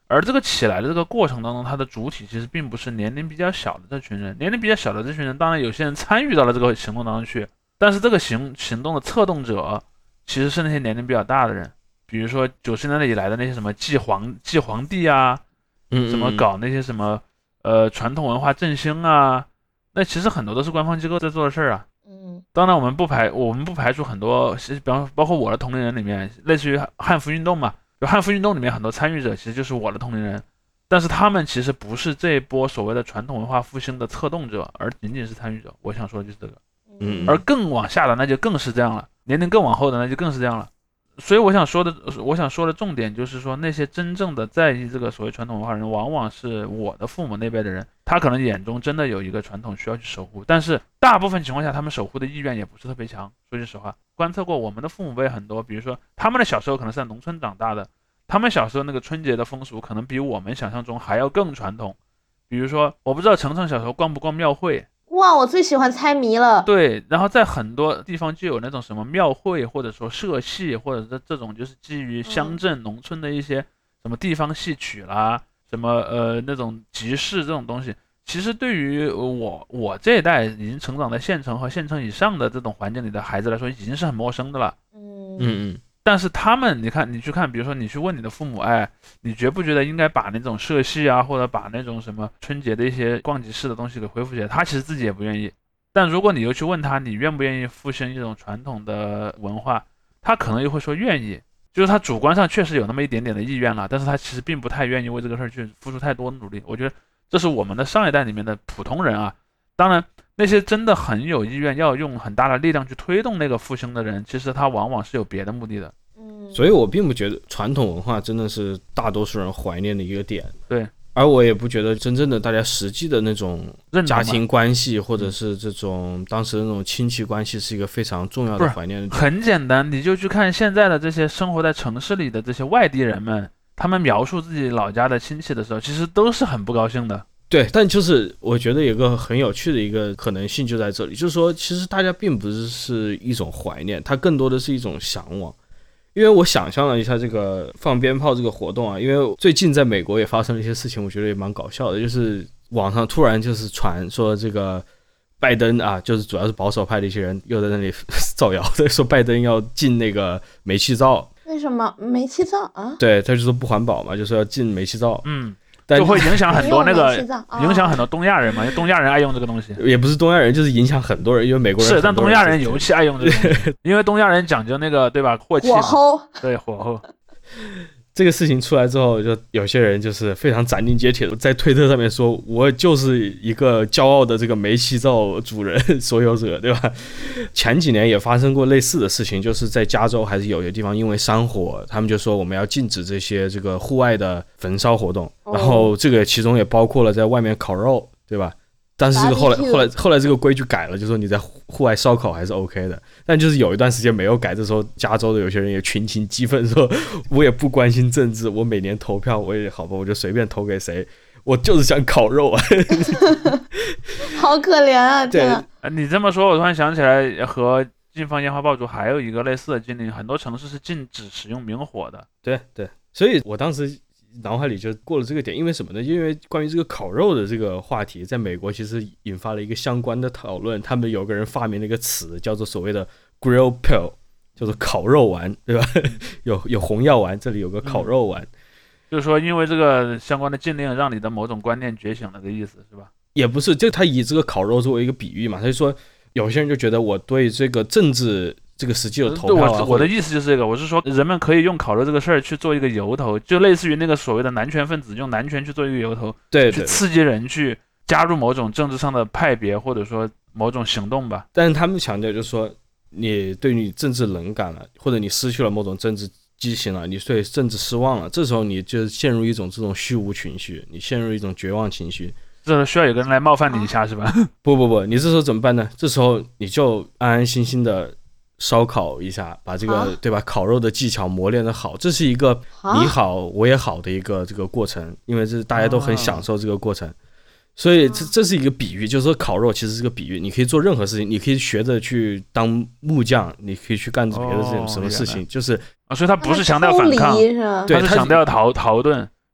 而这个起来的这个过程当中，它的主体其实并不是年龄比较小的这群人，年龄比较小的这群人，当然有些人参与到了这个行动当中去，但是这个行动的策动者其实是那些年龄比较大的人，比如说90年代以来的那些什么祭皇帝啊，什么搞那些什么传统文化振兴啊，那其实很多都是官方机构在做的事儿啊。当然我们不排除很多，比方包括我的同龄人里面，类似于汉服运动嘛，就汉服运动里面很多参与者其实就是我的同龄人，但是他们其实不是这一波所谓的传统文化复兴的策动者，而仅仅是参与者。我想说的就是这个。而更往下的那就更是这样了，年龄更往后的那就更是这样了。所以我想说的重点就是说，那些真正的在意这个所谓传统文化的人，往往是我的父母那辈的人，他可能眼中真的有一个传统需要去守护，但是大部分情况下他们守护的意愿也不是特别强。说句实话，观测过我们的父母辈很多，比如说他们的小时候可能是在农村长大的，他们小时候那个春节的风俗可能比我们想象中还要更传统。比如说我不知道程程小时候逛不逛庙会。 哇，我最喜欢猜谜了。 对，然后在很多地方就有那种什么庙会，或者说社戏，或者是这种就是基于乡镇农村的一些什么地方戏曲啦，什么那种集市这种东西，其实对于我这一代已经成长在县城和县城以上的这种环境里的孩子来说，已经是很陌生的了。但是他们，你去看，比如说你去问你的父母，哎，你觉不觉得应该把那种社戏啊，或者把那种什么春节的一些逛集市的东西给恢复起来？他其实自己也不愿意。但如果你又去问他，你愿不愿意复兴一种传统的文化，他可能又会说愿意，就是他主观上确实有那么一点点的意愿了，但是他其实并不太愿意为这个事儿去付出太多的努力。我觉得这是我们的上一代里面的普通人啊。当然，那些真的很有意愿要用很大的力量去推动那个复兴的人，其实他往往是有别的目的的。 所以我并不觉得传统文化真的是大多数人怀念的一个点。 对， 而我也不觉得真正的大家实际的那种家庭关系，或者是这种当时的那种亲戚关系是一个非常重要的怀念的点。 很简单，你就去看现在的这些生活在城市里的这些外地人们，他们描述自己老家的亲戚的时候，其实都是很不高兴的。 对，但就是我觉得有个很有趣的一个可能性就在这里，就是说其实大家并不是一种怀念，它更多的是一种向往。因为我想象了一下这个放鞭炮这个活动啊，因为最近在美国也发生了一些事情，我觉得也蛮搞笑的，就是网上突然就是传说这个拜登啊，就是主要是保守派的一些人又在那里造谣，说拜登要禁那个煤气灶。 为什么煤气灶啊？ 对，他就说不环保嘛，就说要禁煤气灶。 就会影响很多那个影响很多东亚人嘛，因为东亚人爱用这个东西， 也不是东亚人，就是影响很多人，因为美国人是，但东亚人尤其爱用这个东西，因为东亚人讲究那个对吧，火气火候， 对火候。 这个事情出来之后，就有些人就是非常斩钉截铁的在推特上面说，我就是一个骄傲的这个煤气灶主人所有者，对吧？前几年也发生过类似的事情，就是在加州还是有些地方因为山火，他们就说我们要禁止这个户外的焚烧活动，然后这个其中也包括了在外面烤肉，对吧？但是这个后来这个规矩改了，就说你在户外烧烤还是 OK 的，但就是有一段时间没有改，这时候加州的有些人也群情激愤，说我也不关心政治，我每年投票我也好吧，我就随便投给谁，我就是想烤肉啊。 好可怜啊！ 对， 你这么说，我突然想起来和禁放烟花爆竹还有一个类似的经历，很多城市是禁止使用明火的。 对对，所以我当时脑海里就过了这个点，因为什么呢？因为关于这个烤肉的这个话题，在美国其实引发了一个相关的讨论。他们有个人发明了一个词，叫做所谓的 grill pill， 叫做烤肉丸，对吧？有红药丸，这里有个烤肉丸， 就是说因为这个相关的禁令，让你的某种观念觉醒了的意思，是吧？ 也不是，就他以这个烤肉作为一个比喻嘛，他就说有些人就觉得我对这个政治。这个实际的投票我的意思就是这个，我是说人们可以用烤肉这个事儿去做一个由头，就类似于那个所谓的男权分子用男权去做一个由头， 对， 去刺激人去加入某种政治上的派别或者说某种行动吧。 但是他们强调就是说，你对你政治冷感了，或者你失去了某种政治激情了，你对政治失望了，这时候你就陷入一种这种虚无情绪，你陷入一种绝望情绪。 这时候需要有个人来冒犯你一下，是吧？ 不，你这时候怎么办呢？这时候你就安安心心的烧烤一下，把这个对吧烤肉的技巧磨练得好，这是一个你好我也好的一个这个过程，因为这大家都很享受这个过程，所以这是一个比喻，就是说烤肉其实是个比喻，你可以做任何事情，你可以学着去当木匠，你可以去干别的这种什么事情，就是所以他不是强调反抗， 对， 他是强调逃遁。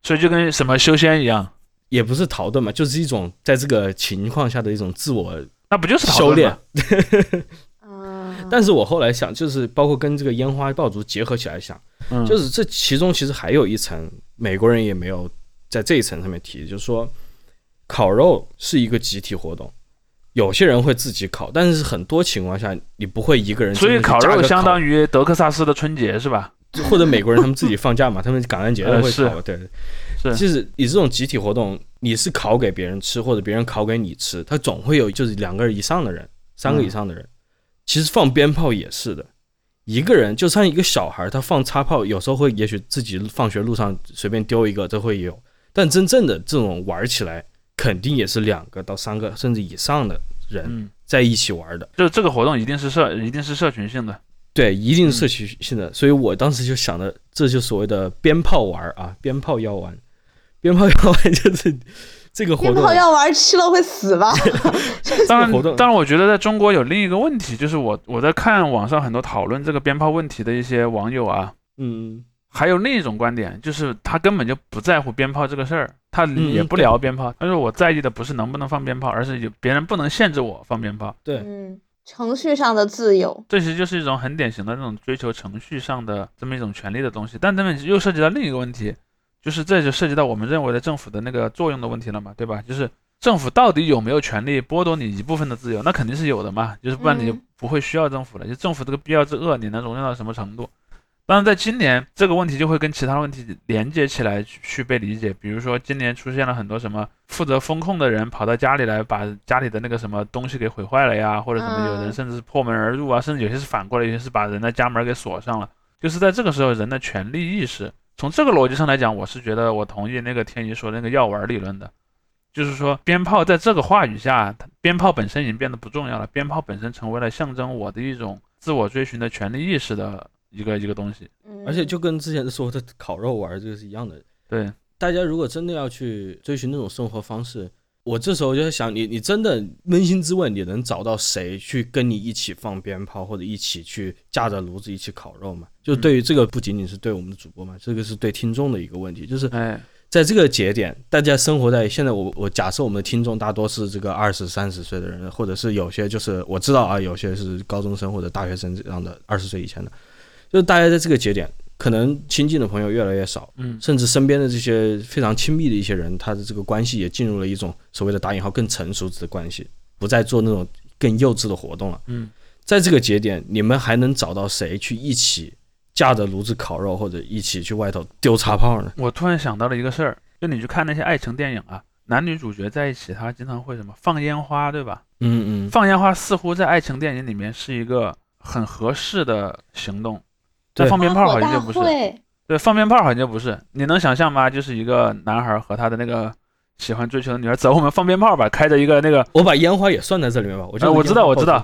所以就跟什么修仙一样， 也不是逃遁嘛，就是一种在这个情况下的一种自我那不就是修炼。 但是我后来想，就是包括跟这个烟花爆竹结合起来想，就是这其中其实还有一层，美国人也没有在这一层上面提，就是说烤肉是一个集体活动，有些人会自己烤，但是很多情况下你不会一个人， 所以烤肉相当于德克萨斯的春节是吧？ 或者美国人他们自己放假嘛，他们感恩节都会烤，对， 是。 其实你这种集体活动，你是烤给别人吃，或者别人烤给你吃，他总会有就是2个以上的人，3个以上的人。其实放鞭炮也是的，一个人就像一个小孩，他放插炮，有时候会也许自己放学路上随便丢一个，这会有。但真正的这种玩起来，肯定也是2个到3个甚至以上的人在一起玩的。 就这个活动一定是社群性的。 对，一定是社区性的，所以我当时就想的，这就所谓的鞭炮玩啊，鞭炮要玩，鞭炮要玩就是这个活动。 鞭炮要玩吃了会死吧？ 当然，我觉得在中国有另一个问题，就是我在看网上很多讨论这个鞭炮问题的一些网友啊，还有另一种观点，就是他根本就不在乎鞭炮这个事儿，他也不聊鞭炮，他说我在意的不是能不能放鞭炮，而是别人不能限制我放鞭炮。 对， 程序上的自由， 这其实就是一种很典型的那种追求程序上的这么一种权利的东西。但这边又涉及到另一个问题，就是这就涉及到我们认为的政府的那个作用的问题了嘛，对吧？就是政府到底有没有权利剥夺你一部分的自由？那肯定是有的嘛，就是不然你就不会需要政府了。就政府这个必要之恶，你能容忍到什么程度？当然，在今年这个问题就会跟其他问题连接起来去被理解。比如说，今年出现了很多什么负责风控的人跑到家里来，把家里的那个什么东西给毁坏了呀，或者什么有人甚至是破门而入啊，甚至有些是反过来，有些是把人的家门给锁上了。就是在这个时候，人的权利意识，从这个逻辑上来讲，我是觉得我同意那个天怡说的那个药丸理论的，就是说鞭炮在这个话语下，鞭炮本身已经变得不重要了，鞭炮本身成为了象征我的一种自我追寻的权利意识的一个东西。 而且就跟之前说的烤肉玩这个是一样的。 对， 大家如果真的要去追寻那种生活方式，我这时候就在想，你真的扪心自问，你能找到谁去跟你一起放鞭炮，或者一起去架着炉子一起烤肉吗？就对于这个不仅仅是对我们的主播嘛，这个是对听众的一个问题，就是在这个节点，大家生活在现在我假设我们的听众大多是这个20、30岁的人，或者是有些就是我知道啊，有些是高中生或者大学生这样的20岁以前的，就是大家在这个节点可能亲近的朋友越来越少，甚至身边的这些非常亲密的一些人，他的这个关系也进入了一种所谓的打引号更成熟的关系，不再做那种更幼稚的活动了。在这个节点，你们还能找到谁去一起架着炉子烤肉，或者一起去外头丢插炮呢？ 我突然想到了一个事儿，就你去看那些爱情电影啊，男女主角在一起，他经常会什么放烟花，对吧？放烟花似乎在爱情电影里面是一个很合适的行动。但放鞭炮好像就不是，对，放鞭炮好像就不是。你能想象吗？就是一个男孩和他的那个喜欢追求的女孩，走，我们放鞭炮吧，开着一个那个， 我把烟花也算在这里面吧。我知道， 我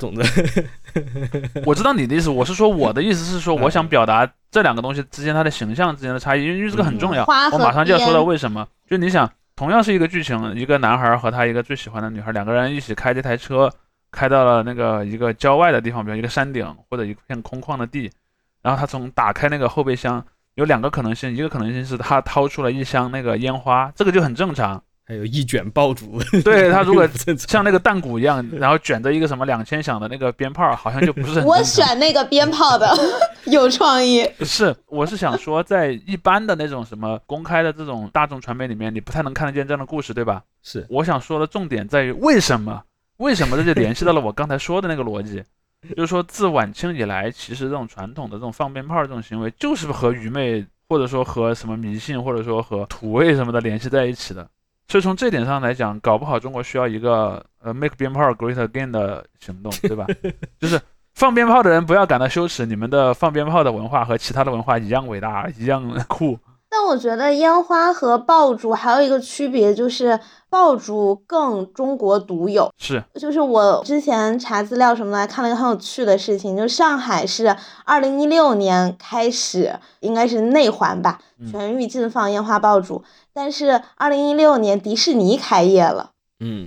知道你的意思。我是说，我的意思是说，我想表达这2个东西之间它的形象之间的差异，因为这个很重要。我马上就要说到为什么。就你想，同样是一个剧情，一个男孩和他一个最喜欢的女孩，2个人一起开这台车，开到了那个一个郊外的地方，比如一个山顶或者一片空旷的地。然后他从打开那个后备箱，有2个可能性，一个可能性是他掏出了一箱那个烟花，这个就很正常。 还有一卷爆竹， 对，他如果像那个弹鼓一样，然后卷着一个什么2000响的那个鞭炮，好像就不是很正常。 我选那个鞭炮的，有创意。 是，我是想说，在一般的那种什么公开的这种大众传媒里面，你不太能看得见这样的故事，对吧？ 是， 我想说的重点在于为什么这就联系到了我刚才说的那个逻辑。就是说，自晚清以来，其实这种传统的这种放鞭炮的这种行为，就是和愚昧，或者说和什么迷信，或者说和土味什么的联系在一起的。所以从这点上来讲，搞不好中国需要一个make 鞭炮 great again 的行动，对吧？就是放鞭炮的人不要感到羞耻，你们的放鞭炮的文化和其他的文化一样伟大，一样酷。 但我觉得烟花和爆竹还有一个区别，就是爆竹更中国独有。 是， 就是我之前查资料什么的，看了一个很有趣的事情，就上海是2016年开始，应该是内环吧，全域禁放烟花爆竹，但是2016年迪士尼开业了。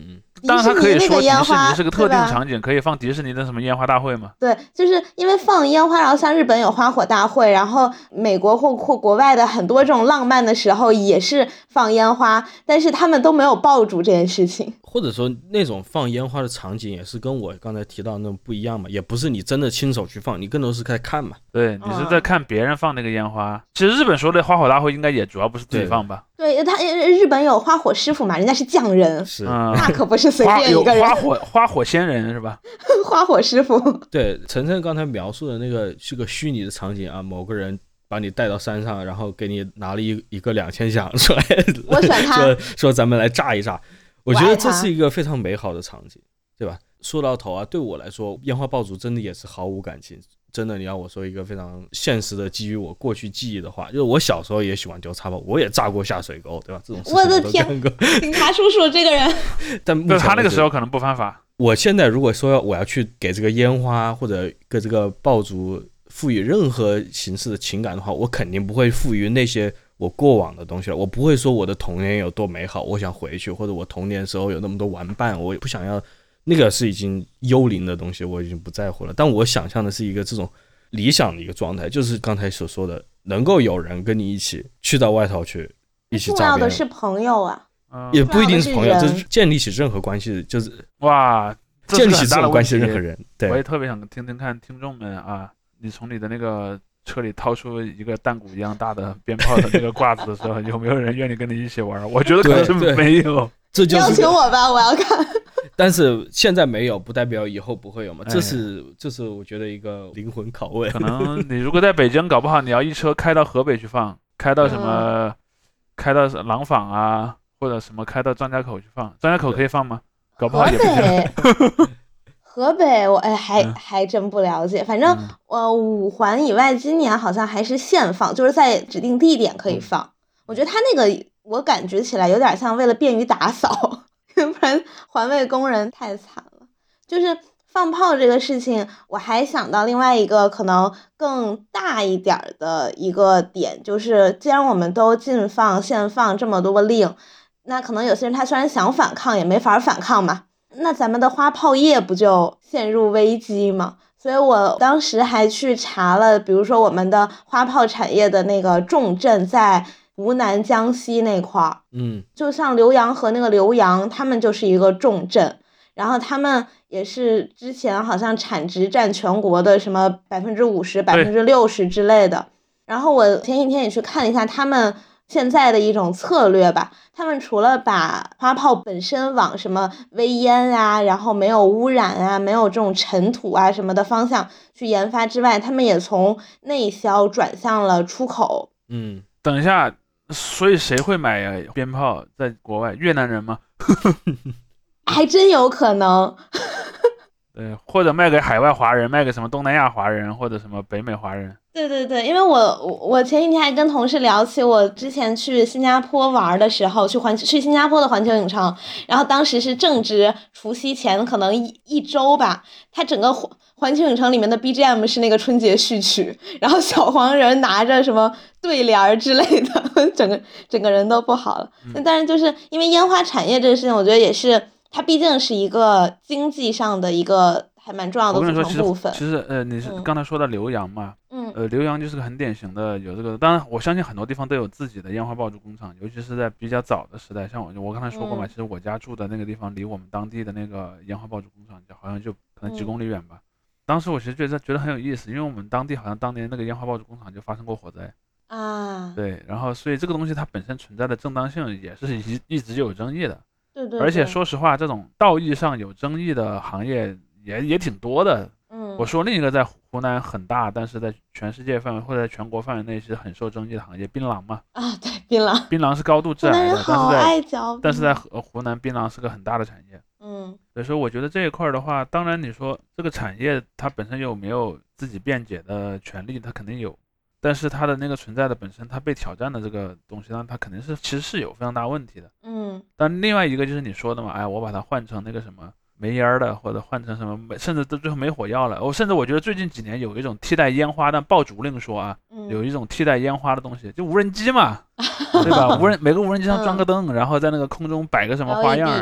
当然它可以说迪士尼尼是个特定场景，可以放迪士尼的什么烟花大会嘛。 对，就是因为放烟花，然后像日本有花火大会，然后美国或国外的很多这种浪漫的时候也是放烟花，但是他们都没有爆竹这件事情。 或者说那种放烟花的场景也是跟我刚才提到的那种不一样嘛，也不是你真的亲手去放，你更多是在看嘛。 对，你是在看别人放那个烟花。其实日本说的花火大会应该也主要不是自己放吧？ 对，日本有花火师傅嘛，人家是匠人， 是， 那可不是随便一个人。 花火仙人是吧？ 花火师傅。对， 晨晨刚才描述的那个是个虚拟的场景啊，某个人把你带到山上，然后给你拿了一个2000响出来， 我选他， 说咱们来炸一炸。我觉得这是一个非常美好的场景，对吧？说到头啊，对我来说，烟花爆竹真的也是毫无感情。真的，你要我说一个非常现实的基于我过去记忆的话，就是我小时候也喜欢丢擦炮，我也炸过下水沟，对吧？这种事情我的天，警察叔叔这个人， 但他那个时候可能不犯法。 我现在如果说我要去给这个烟花或者给这个爆竹赋予任何形式的情感的话，我肯定不会赋予那些我过往的东西了。我不会说我的童年有多美好，我想回去，或者我童年时候有那么多玩伴，我也不想要。那个是已经幽灵的东西，我已经不在乎了。但我想象的是一个这种理想的一个状态，就是刚才所说的，能够有人跟你一起去到外头去，一起炸边。 重要的是朋友啊， 也不一定是朋友，就是建立起任何关系，就是哇， 建立起这种关系的任何人。对， 我也特别想听听看听众们啊，你从你的那个车里掏出一个弹鼓一样大的鞭炮的那个挂子的时候，有没有人愿意跟你一起玩？我觉得可能是没有。 这就是邀请我吧，我要看。 但是现在没有，不代表以后不会有嘛。这是我觉得一个灵魂拷问。 可能你如果在北京，搞不好你要一车开到河北去放，开到什么，开到廊坊啊，或者什么开到张家口去放。张家口可以放吗？搞不好也不行。 河北我还真不了解，反正5环以外今年好像还是限放，就是在指定地点可以放。我觉得他那个我感觉起来有点像为了便于打扫，不然环卫工人太惨了。就是放炮这个事情，我还想到另外一个可能更大一点的一个点，就是既然我们都禁放限放这么多令，那可能有些人他虽然想反抗也没法反抗嘛，那咱们的花炮业不就陷入危机吗？所以我当时还去查了，比如说我们的花炮产业的那个重镇在湖南江西那块儿，就像浏阳和那个浏阳，他们就是一个重镇，然后他们也是之前好像产值占全国的什么50%、60%之类的。然后我前几天也去看了一下他们现在的一种策略吧，他们除了把花炮本身往什么微烟啊，然后没有污染啊，没有这种尘土啊什么的方向去研发之外，他们也从内销转向了出口。 等一下，所以谁会买鞭炮在国外？越南人吗？ 还真有可能。 对，或者卖给海外华人，卖给什么东南亚华人或者什么北美华人。 对对对，因为我前几天还跟同事聊起我之前去新加坡玩的时候，去新加坡的环球影城，然后当时是正值除夕前可能一周吧，它整个环球影城里面的 BGM 是那个春节序曲，然后小黄人拿着什么对联之类的，整个人都不好了。但是就是因为烟花产业这个事情，我觉得也是它毕竟是一个经济上的一个还蛮重要的组成部分。 其实你是刚才说到浏阳嘛，浏阳就是个很典型的有这个，当然我相信很多地方都有自己的烟花爆竹工厂，尤其是在比较早的时代，像我刚才说过嘛，其实我家住的那个地方离我们当地的那个烟花爆竹工厂好像就可能几公里远吧。当时我其实觉得很有意思，因为我们当地好像当年那个烟花爆竹工厂就发生过火灾啊， 对，然后所以这个东西它本身存在的正当性也是一直有争议的。 对对， 而且说实话，这种道义上有争议的行业也挺多的。我说另一个在湖南很大，但是在全世界范围或者在全国范围内是很受争议的行业，槟榔嘛。 啊，对，槟榔是高度致癌的，但是在湖南槟榔是个很大的产业。所以说我觉得这一块的话，当然你说这个产业它本身有没有自己辩解的权利，它肯定有。但是它的那个存在的本身，它被挑战的这个东西呢，它肯定是其实是有非常大问题的。但另外一个就是你说的嘛，我把它换成那个什么没烟的，或者换成什么，甚至到最后没火药了。甚至我觉得最近几年有一种替代烟花，但爆竹另说啊，有一种替代烟花的东西，就无人机嘛，对吧？每个无人机上装个灯，然后在那个空中摆个什么花样，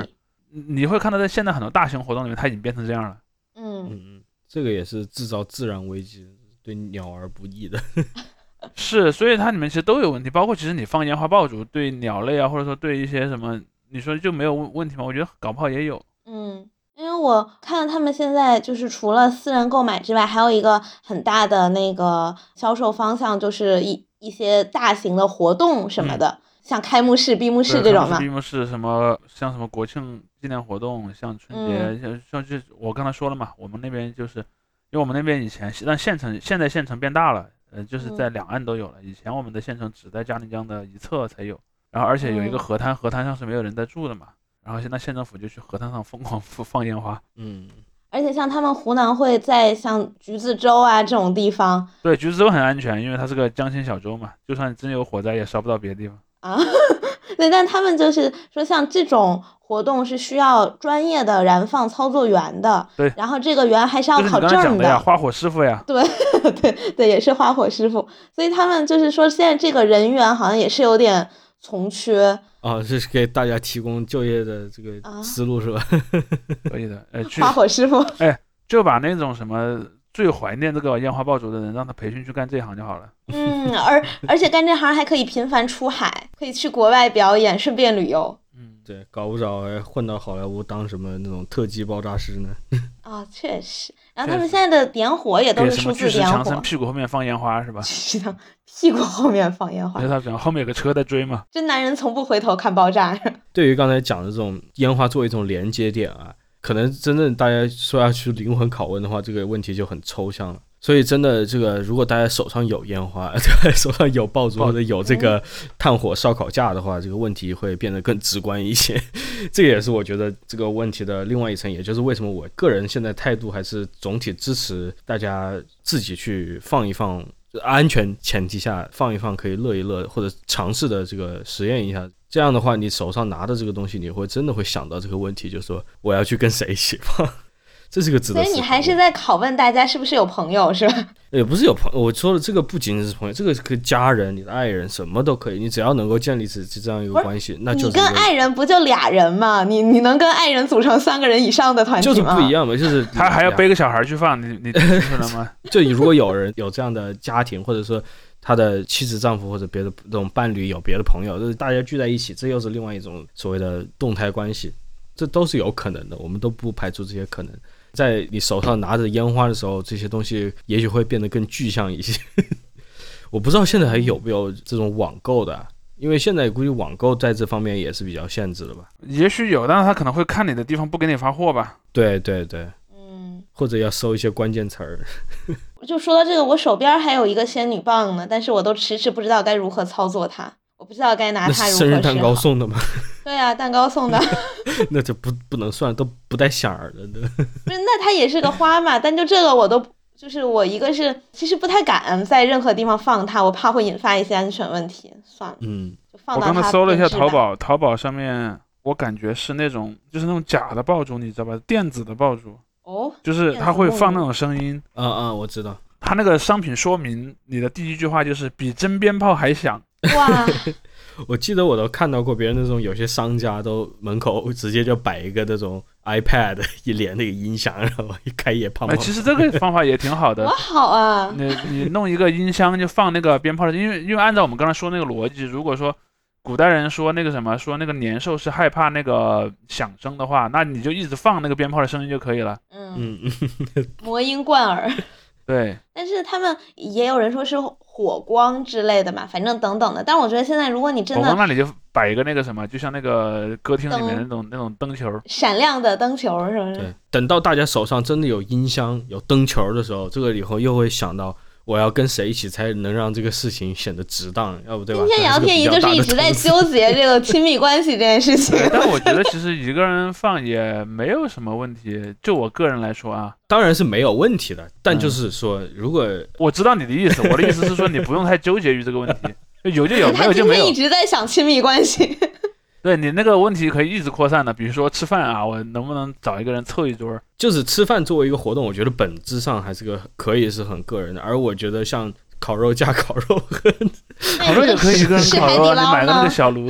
你会看到在现在很多大型活动里面，它已经变成这样了。 这个也是制造自然危机，对鸟儿不利的。 是，所以它里面其实都有问题，包括其实你放烟花爆竹对鸟类啊，或者说对一些什么，你说就没有问题吗？我觉得搞不好也有。 因为我看他们现在就是除了私人购买之外，还有一个很大的那个销售方向，就是一些大型的活动什么的，像开幕式、闭幕式这种嘛。 闭幕式什么像什么国庆纪念活动，像春节，像就我刚才说了嘛，我们那边就是，因为我们那边以前让县城，现在县城变大了，就是在两岸都有了。以前我们的县城只在嘉陵江的一侧才有，然后而且有一个河滩，河滩上是没有人在住的嘛。然后现在县政府就去河滩上疯狂放烟花， 而且像他们湖南会在像橘子洲啊这种地方， 对，橘子洲很安全，因为它是个江心小洲嘛，就算真有火灾也烧不到别的地方啊。对，但他们就是说像这种活动是需要专业的燃放操作员的， 对， 然后这个员还是要考证的， 就是你刚才讲的呀，花火师傅呀， 对对，也是花火师傅，所以他们就是说现在这个人员好像也是有点从缺。 这是给大家提供就业的这个思路是吧？ 可以的， 花火师傅， 就把那种什么最怀念这个烟花爆竹的人，让他培训去干这一行就好了。 而且干这行还可以频繁出海，可以去国外表演，顺便旅游。 对，搞不着混到好莱坞当什么那种特技爆炸师呢？ 确实。然后他们现在的点火也都是数字点火。 强森屁股后面放烟花是吧？ 屁股后面放烟花。 他讲后面有个车在追嘛。 真男人从不回头看爆炸。 对于刚才讲的这种烟花作为一种连接点啊，可能真正大家说要去灵魂拷问的话，这个问题就很抽象了。所以真的这个，如果大家手上有烟花，手上有爆竹或者有这个炭火烧烤架的话，这个问题会变得更直观一些。这个也是我觉得这个问题的另外一层，也就是为什么我个人现在态度还是总体支持大家自己去放一放，安全前提下放一放，可以乐一乐，或者尝试的这个实验一下。这样的话，你手上拿的这个东西，你会真的会想到这个问题，就是说我要去跟谁一起放。这是个值得思考的。 所以你还是在拷问大家是不是有朋友是吧？ 也不是有朋友，我说的这个不仅是朋友，这个是家人、你的爱人，什么都可以。你只要能够建立起这样一个关系，那就是你跟爱人不就俩人吗？你能跟爱人组成3个人以上的团体吗？ 就是不一样嘛，就是他还要背个小孩去放，你听出来吗？ 就如果有人有这样的家庭，或者说他的妻子、丈夫或者别的这种伴侣有别的朋友，就是大家聚在一起，这又是另外一种所谓的动态关系，这都是有可能的，我们都不排除这些可能。在你手上拿着烟花的时候，这些东西也许会变得更具象一些。我不知道现在还有没有这种网购的，因为现在估计网购在这方面也是比较限制的吧。 也许有，但是他可能会看你的地方不给你发货吧。 对对对，或者要搜一些关键词儿。 就说到这个，我手边还有一个仙女棒呢，但是我都迟迟不知道该如何操作它。我不知道该拿它如何生日蛋糕送的吗？ 对啊，蛋糕送的。 那就不能算，都不带响儿的。 不是，那它也是个花嘛，但就这个我都就是我一个是其实不太敢在任何地方放它，我怕会引发一些安全问题。算了，就放到它。 我刚才搜了一下淘宝上面，我感觉是那种就是那种假的爆竹，你知道吧？电子的爆竹。就是它会放那种声音。 我知道。 它那个商品说明，你的第一句话就是比真鞭炮还响。 哇！ 我记得我都看到过别人那种有些商家都门口直接就摆一个那种 iPad 一连那个音响，然后一开野炮。 其实这个方法也挺好的。 多好啊！ 你弄一个音箱就放那个鞭炮的，因为按照我们刚才说那个逻辑，如果说古代人说那个什么，说那个年兽是害怕那个响声的话，那你就一直放那个鞭炮的声音就可以了。 魔音贯耳。 对， 但是他们也有人说是火光之类的嘛，反正等等的。但我觉得现在如果你真的火光，那你就摆一个那个什么，就像那个歌厅里面那种灯球， 闪亮的灯球，是不是？ 对，等到大家手上真的有音箱、有灯球的时候，这个以后又会想到我要跟谁一起才能让这个事情显得值当，要不对吧？ 今天杨天一就是一直在纠结这个亲密关系这件事情。 但我觉得其实一个人放也没有什么问题，就我个人来说啊， 当然是没有问题的。但就是说，如果我知道你的意思，我的意思是说你不用太纠结于这个问题，有就有，没有就没有。 他今天一直在想亲密关系。 对，你那个问题可以一直扩散的，比如说吃饭啊，我能不能找一个人凑一桌？ 就是吃饭作为一个活动，我觉得本质上还是可以是很个人的。而我觉得像烤肉架烤肉， 烤肉也可以一个人烤肉，你买的那个小炉子，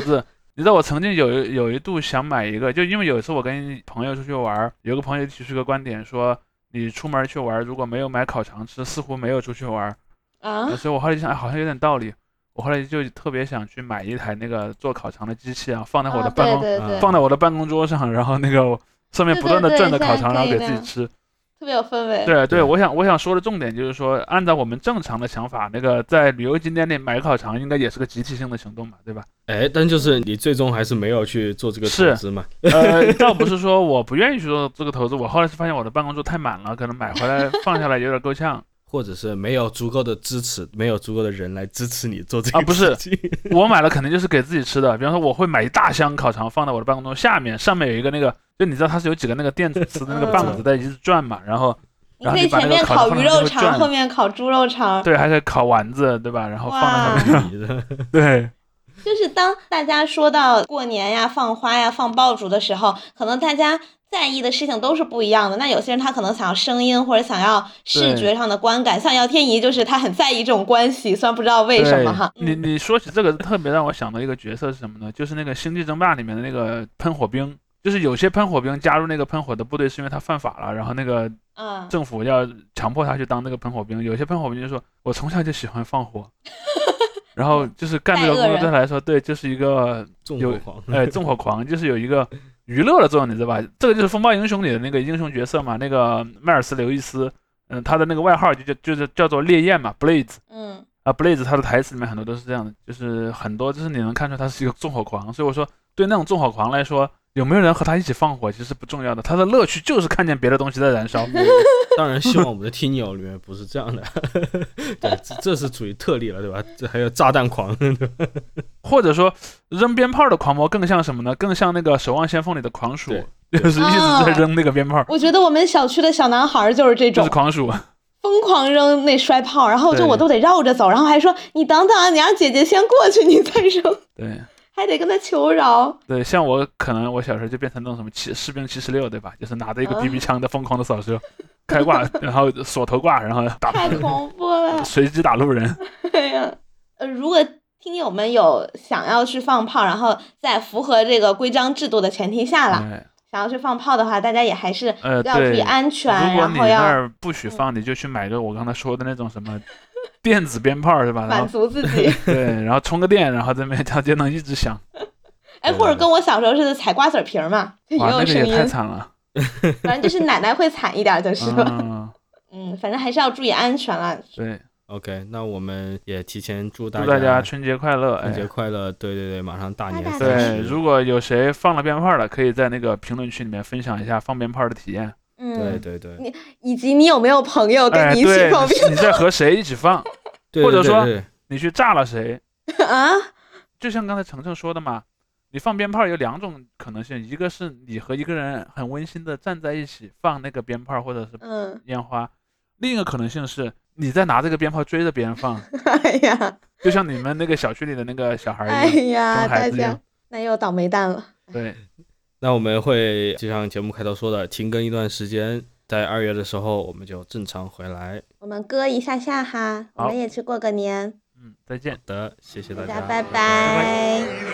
你知道我曾经有一度想买一个，就因为有一次我跟朋友出去玩，有个朋友提出一个观点说，你出门去玩如果没有买烤肠吃，似乎没有出去玩啊。 所以我后来就想，好像有点道理。我后来就特别想去买一台那个做烤肠的机器啊，放在我的办公桌上，然后那个上面不断的转着烤肠，然后给自己吃。 特别有氛围。 对，我想说的重点就是说，按照我们正常的想法，那个在旅游景点里买烤肠应该也是个集体性的行动嘛，对吧？ 但就是你最终还是没有去做这个投资嘛。 倒不是说我不愿意去做这个投资，我后来是发现我的办公桌太满了，可能买回来放下来有点够呛。 或者是没有足够的支持，没有足够的人来支持你做这个不是，我买了肯定就是给自己吃的。比方说，我会买一大箱烤肠放在我的办公桌下面，上面有一个那个，就你知道它是有几个那个电磁的那个棒子在一直转嘛，然后你可以前面烤鱼肉肠，后面烤猪肉肠， 对，还可以烤丸子，对吧？然后放在上面，对。 就是当大家说到过年呀、放花呀、放爆竹的时候，可能大家在意的事情都是不一样的。那有些人他可能想要声音或者想要视觉上的观感，像姚天怡就是他很在意这种关系，虽然不知道为什么哈。 你说起这个，特别让我想到一个角色是什么呢？就是那个《星际争霸》里面的那个喷火兵。就是有些喷火兵加入那个喷火的部队是因为他犯法了，然后那个政府要强迫他去当那个喷火兵。有些喷火兵就说我从小就喜欢放火然后就是干这个工作对他来说，对，就是一个纵火狂， 纵火狂，就是有一个娱乐的作用，你知道吧？这个就是风暴英雄里的那个英雄角色嘛，那个迈尔斯刘易斯，他的那个外号就是叫做烈焰嘛 ，Blaze， Blaze 他的台词里面很多都是这样的，就是很多就是你能看出他是一个纵火狂，所以我说对那种纵火狂来说，有没有人和他一起放火其实不重要的，他的乐趣就是看见别的东西在燃烧。 当然希望我们的听友里面不是这样的对，这是属于特例了，对吧？这还有炸弹狂对吧？ 或者说扔鞭炮的狂魔更像什么呢？更像那个守望先锋里的狂鼠，就是一直在扔那个鞭炮。 我觉得我们小区的小男孩就是这种， 就是狂鼠， 疯狂扔那摔炮，然后我都得绕着走，然后还说你等等，你让姐姐先过去你再扔。 对， 还得跟他求饶。 对，像我可能我小时候就变成那种什么士兵76，对吧？就是拿着一个 BB 枪的疯狂的扫射，开挂，然后锁头挂，然后打， 太恐怖了， 随机打路人。 哎呀，如果听友们有想要去放炮，然后在符合这个规章制度的前提下了，想要去放炮的话，大家也还是要注意安全。 如果你那儿不许放，你就去买个我刚才说的那种什么电子鞭炮，是吧？ 满足自己。 对，然后充个电，然后这边它就能一直响。 或者跟我小时候似的踩瓜子皮嘛，也有声音。 那个也太惨了。 反正就是奶奶会惨一点，就是吧。反正还是要注意安全啦。 对。 OK， 那我们也提前祝大家春节快乐， 春节快乐！对，马上大年30。 对，如果有谁放了鞭炮了，可以在那个评论区里面分享一下放鞭炮的体验。 对， 以及你有没有朋友跟你一起放鞭炮？ 你在和谁一起放？或者说你去炸了谁？ 啊？ 就像刚才程程说的嘛，你放鞭炮有2种可能性，一个是你和一个人很温馨的站在一起放那个鞭炮或者是烟花，另一个可能性是你在拿这个鞭炮追着别人放。 哎呀， 就像你们那个小区里的那个小孩一样，哎呀，大家那又倒霉蛋了。 对， 那我们会就像节目开头说的，停更一段时间，在2月的时候我们就正常回来。 我们割一下哈，我们也去过个年。 再见。 好的，谢谢大家， 拜拜。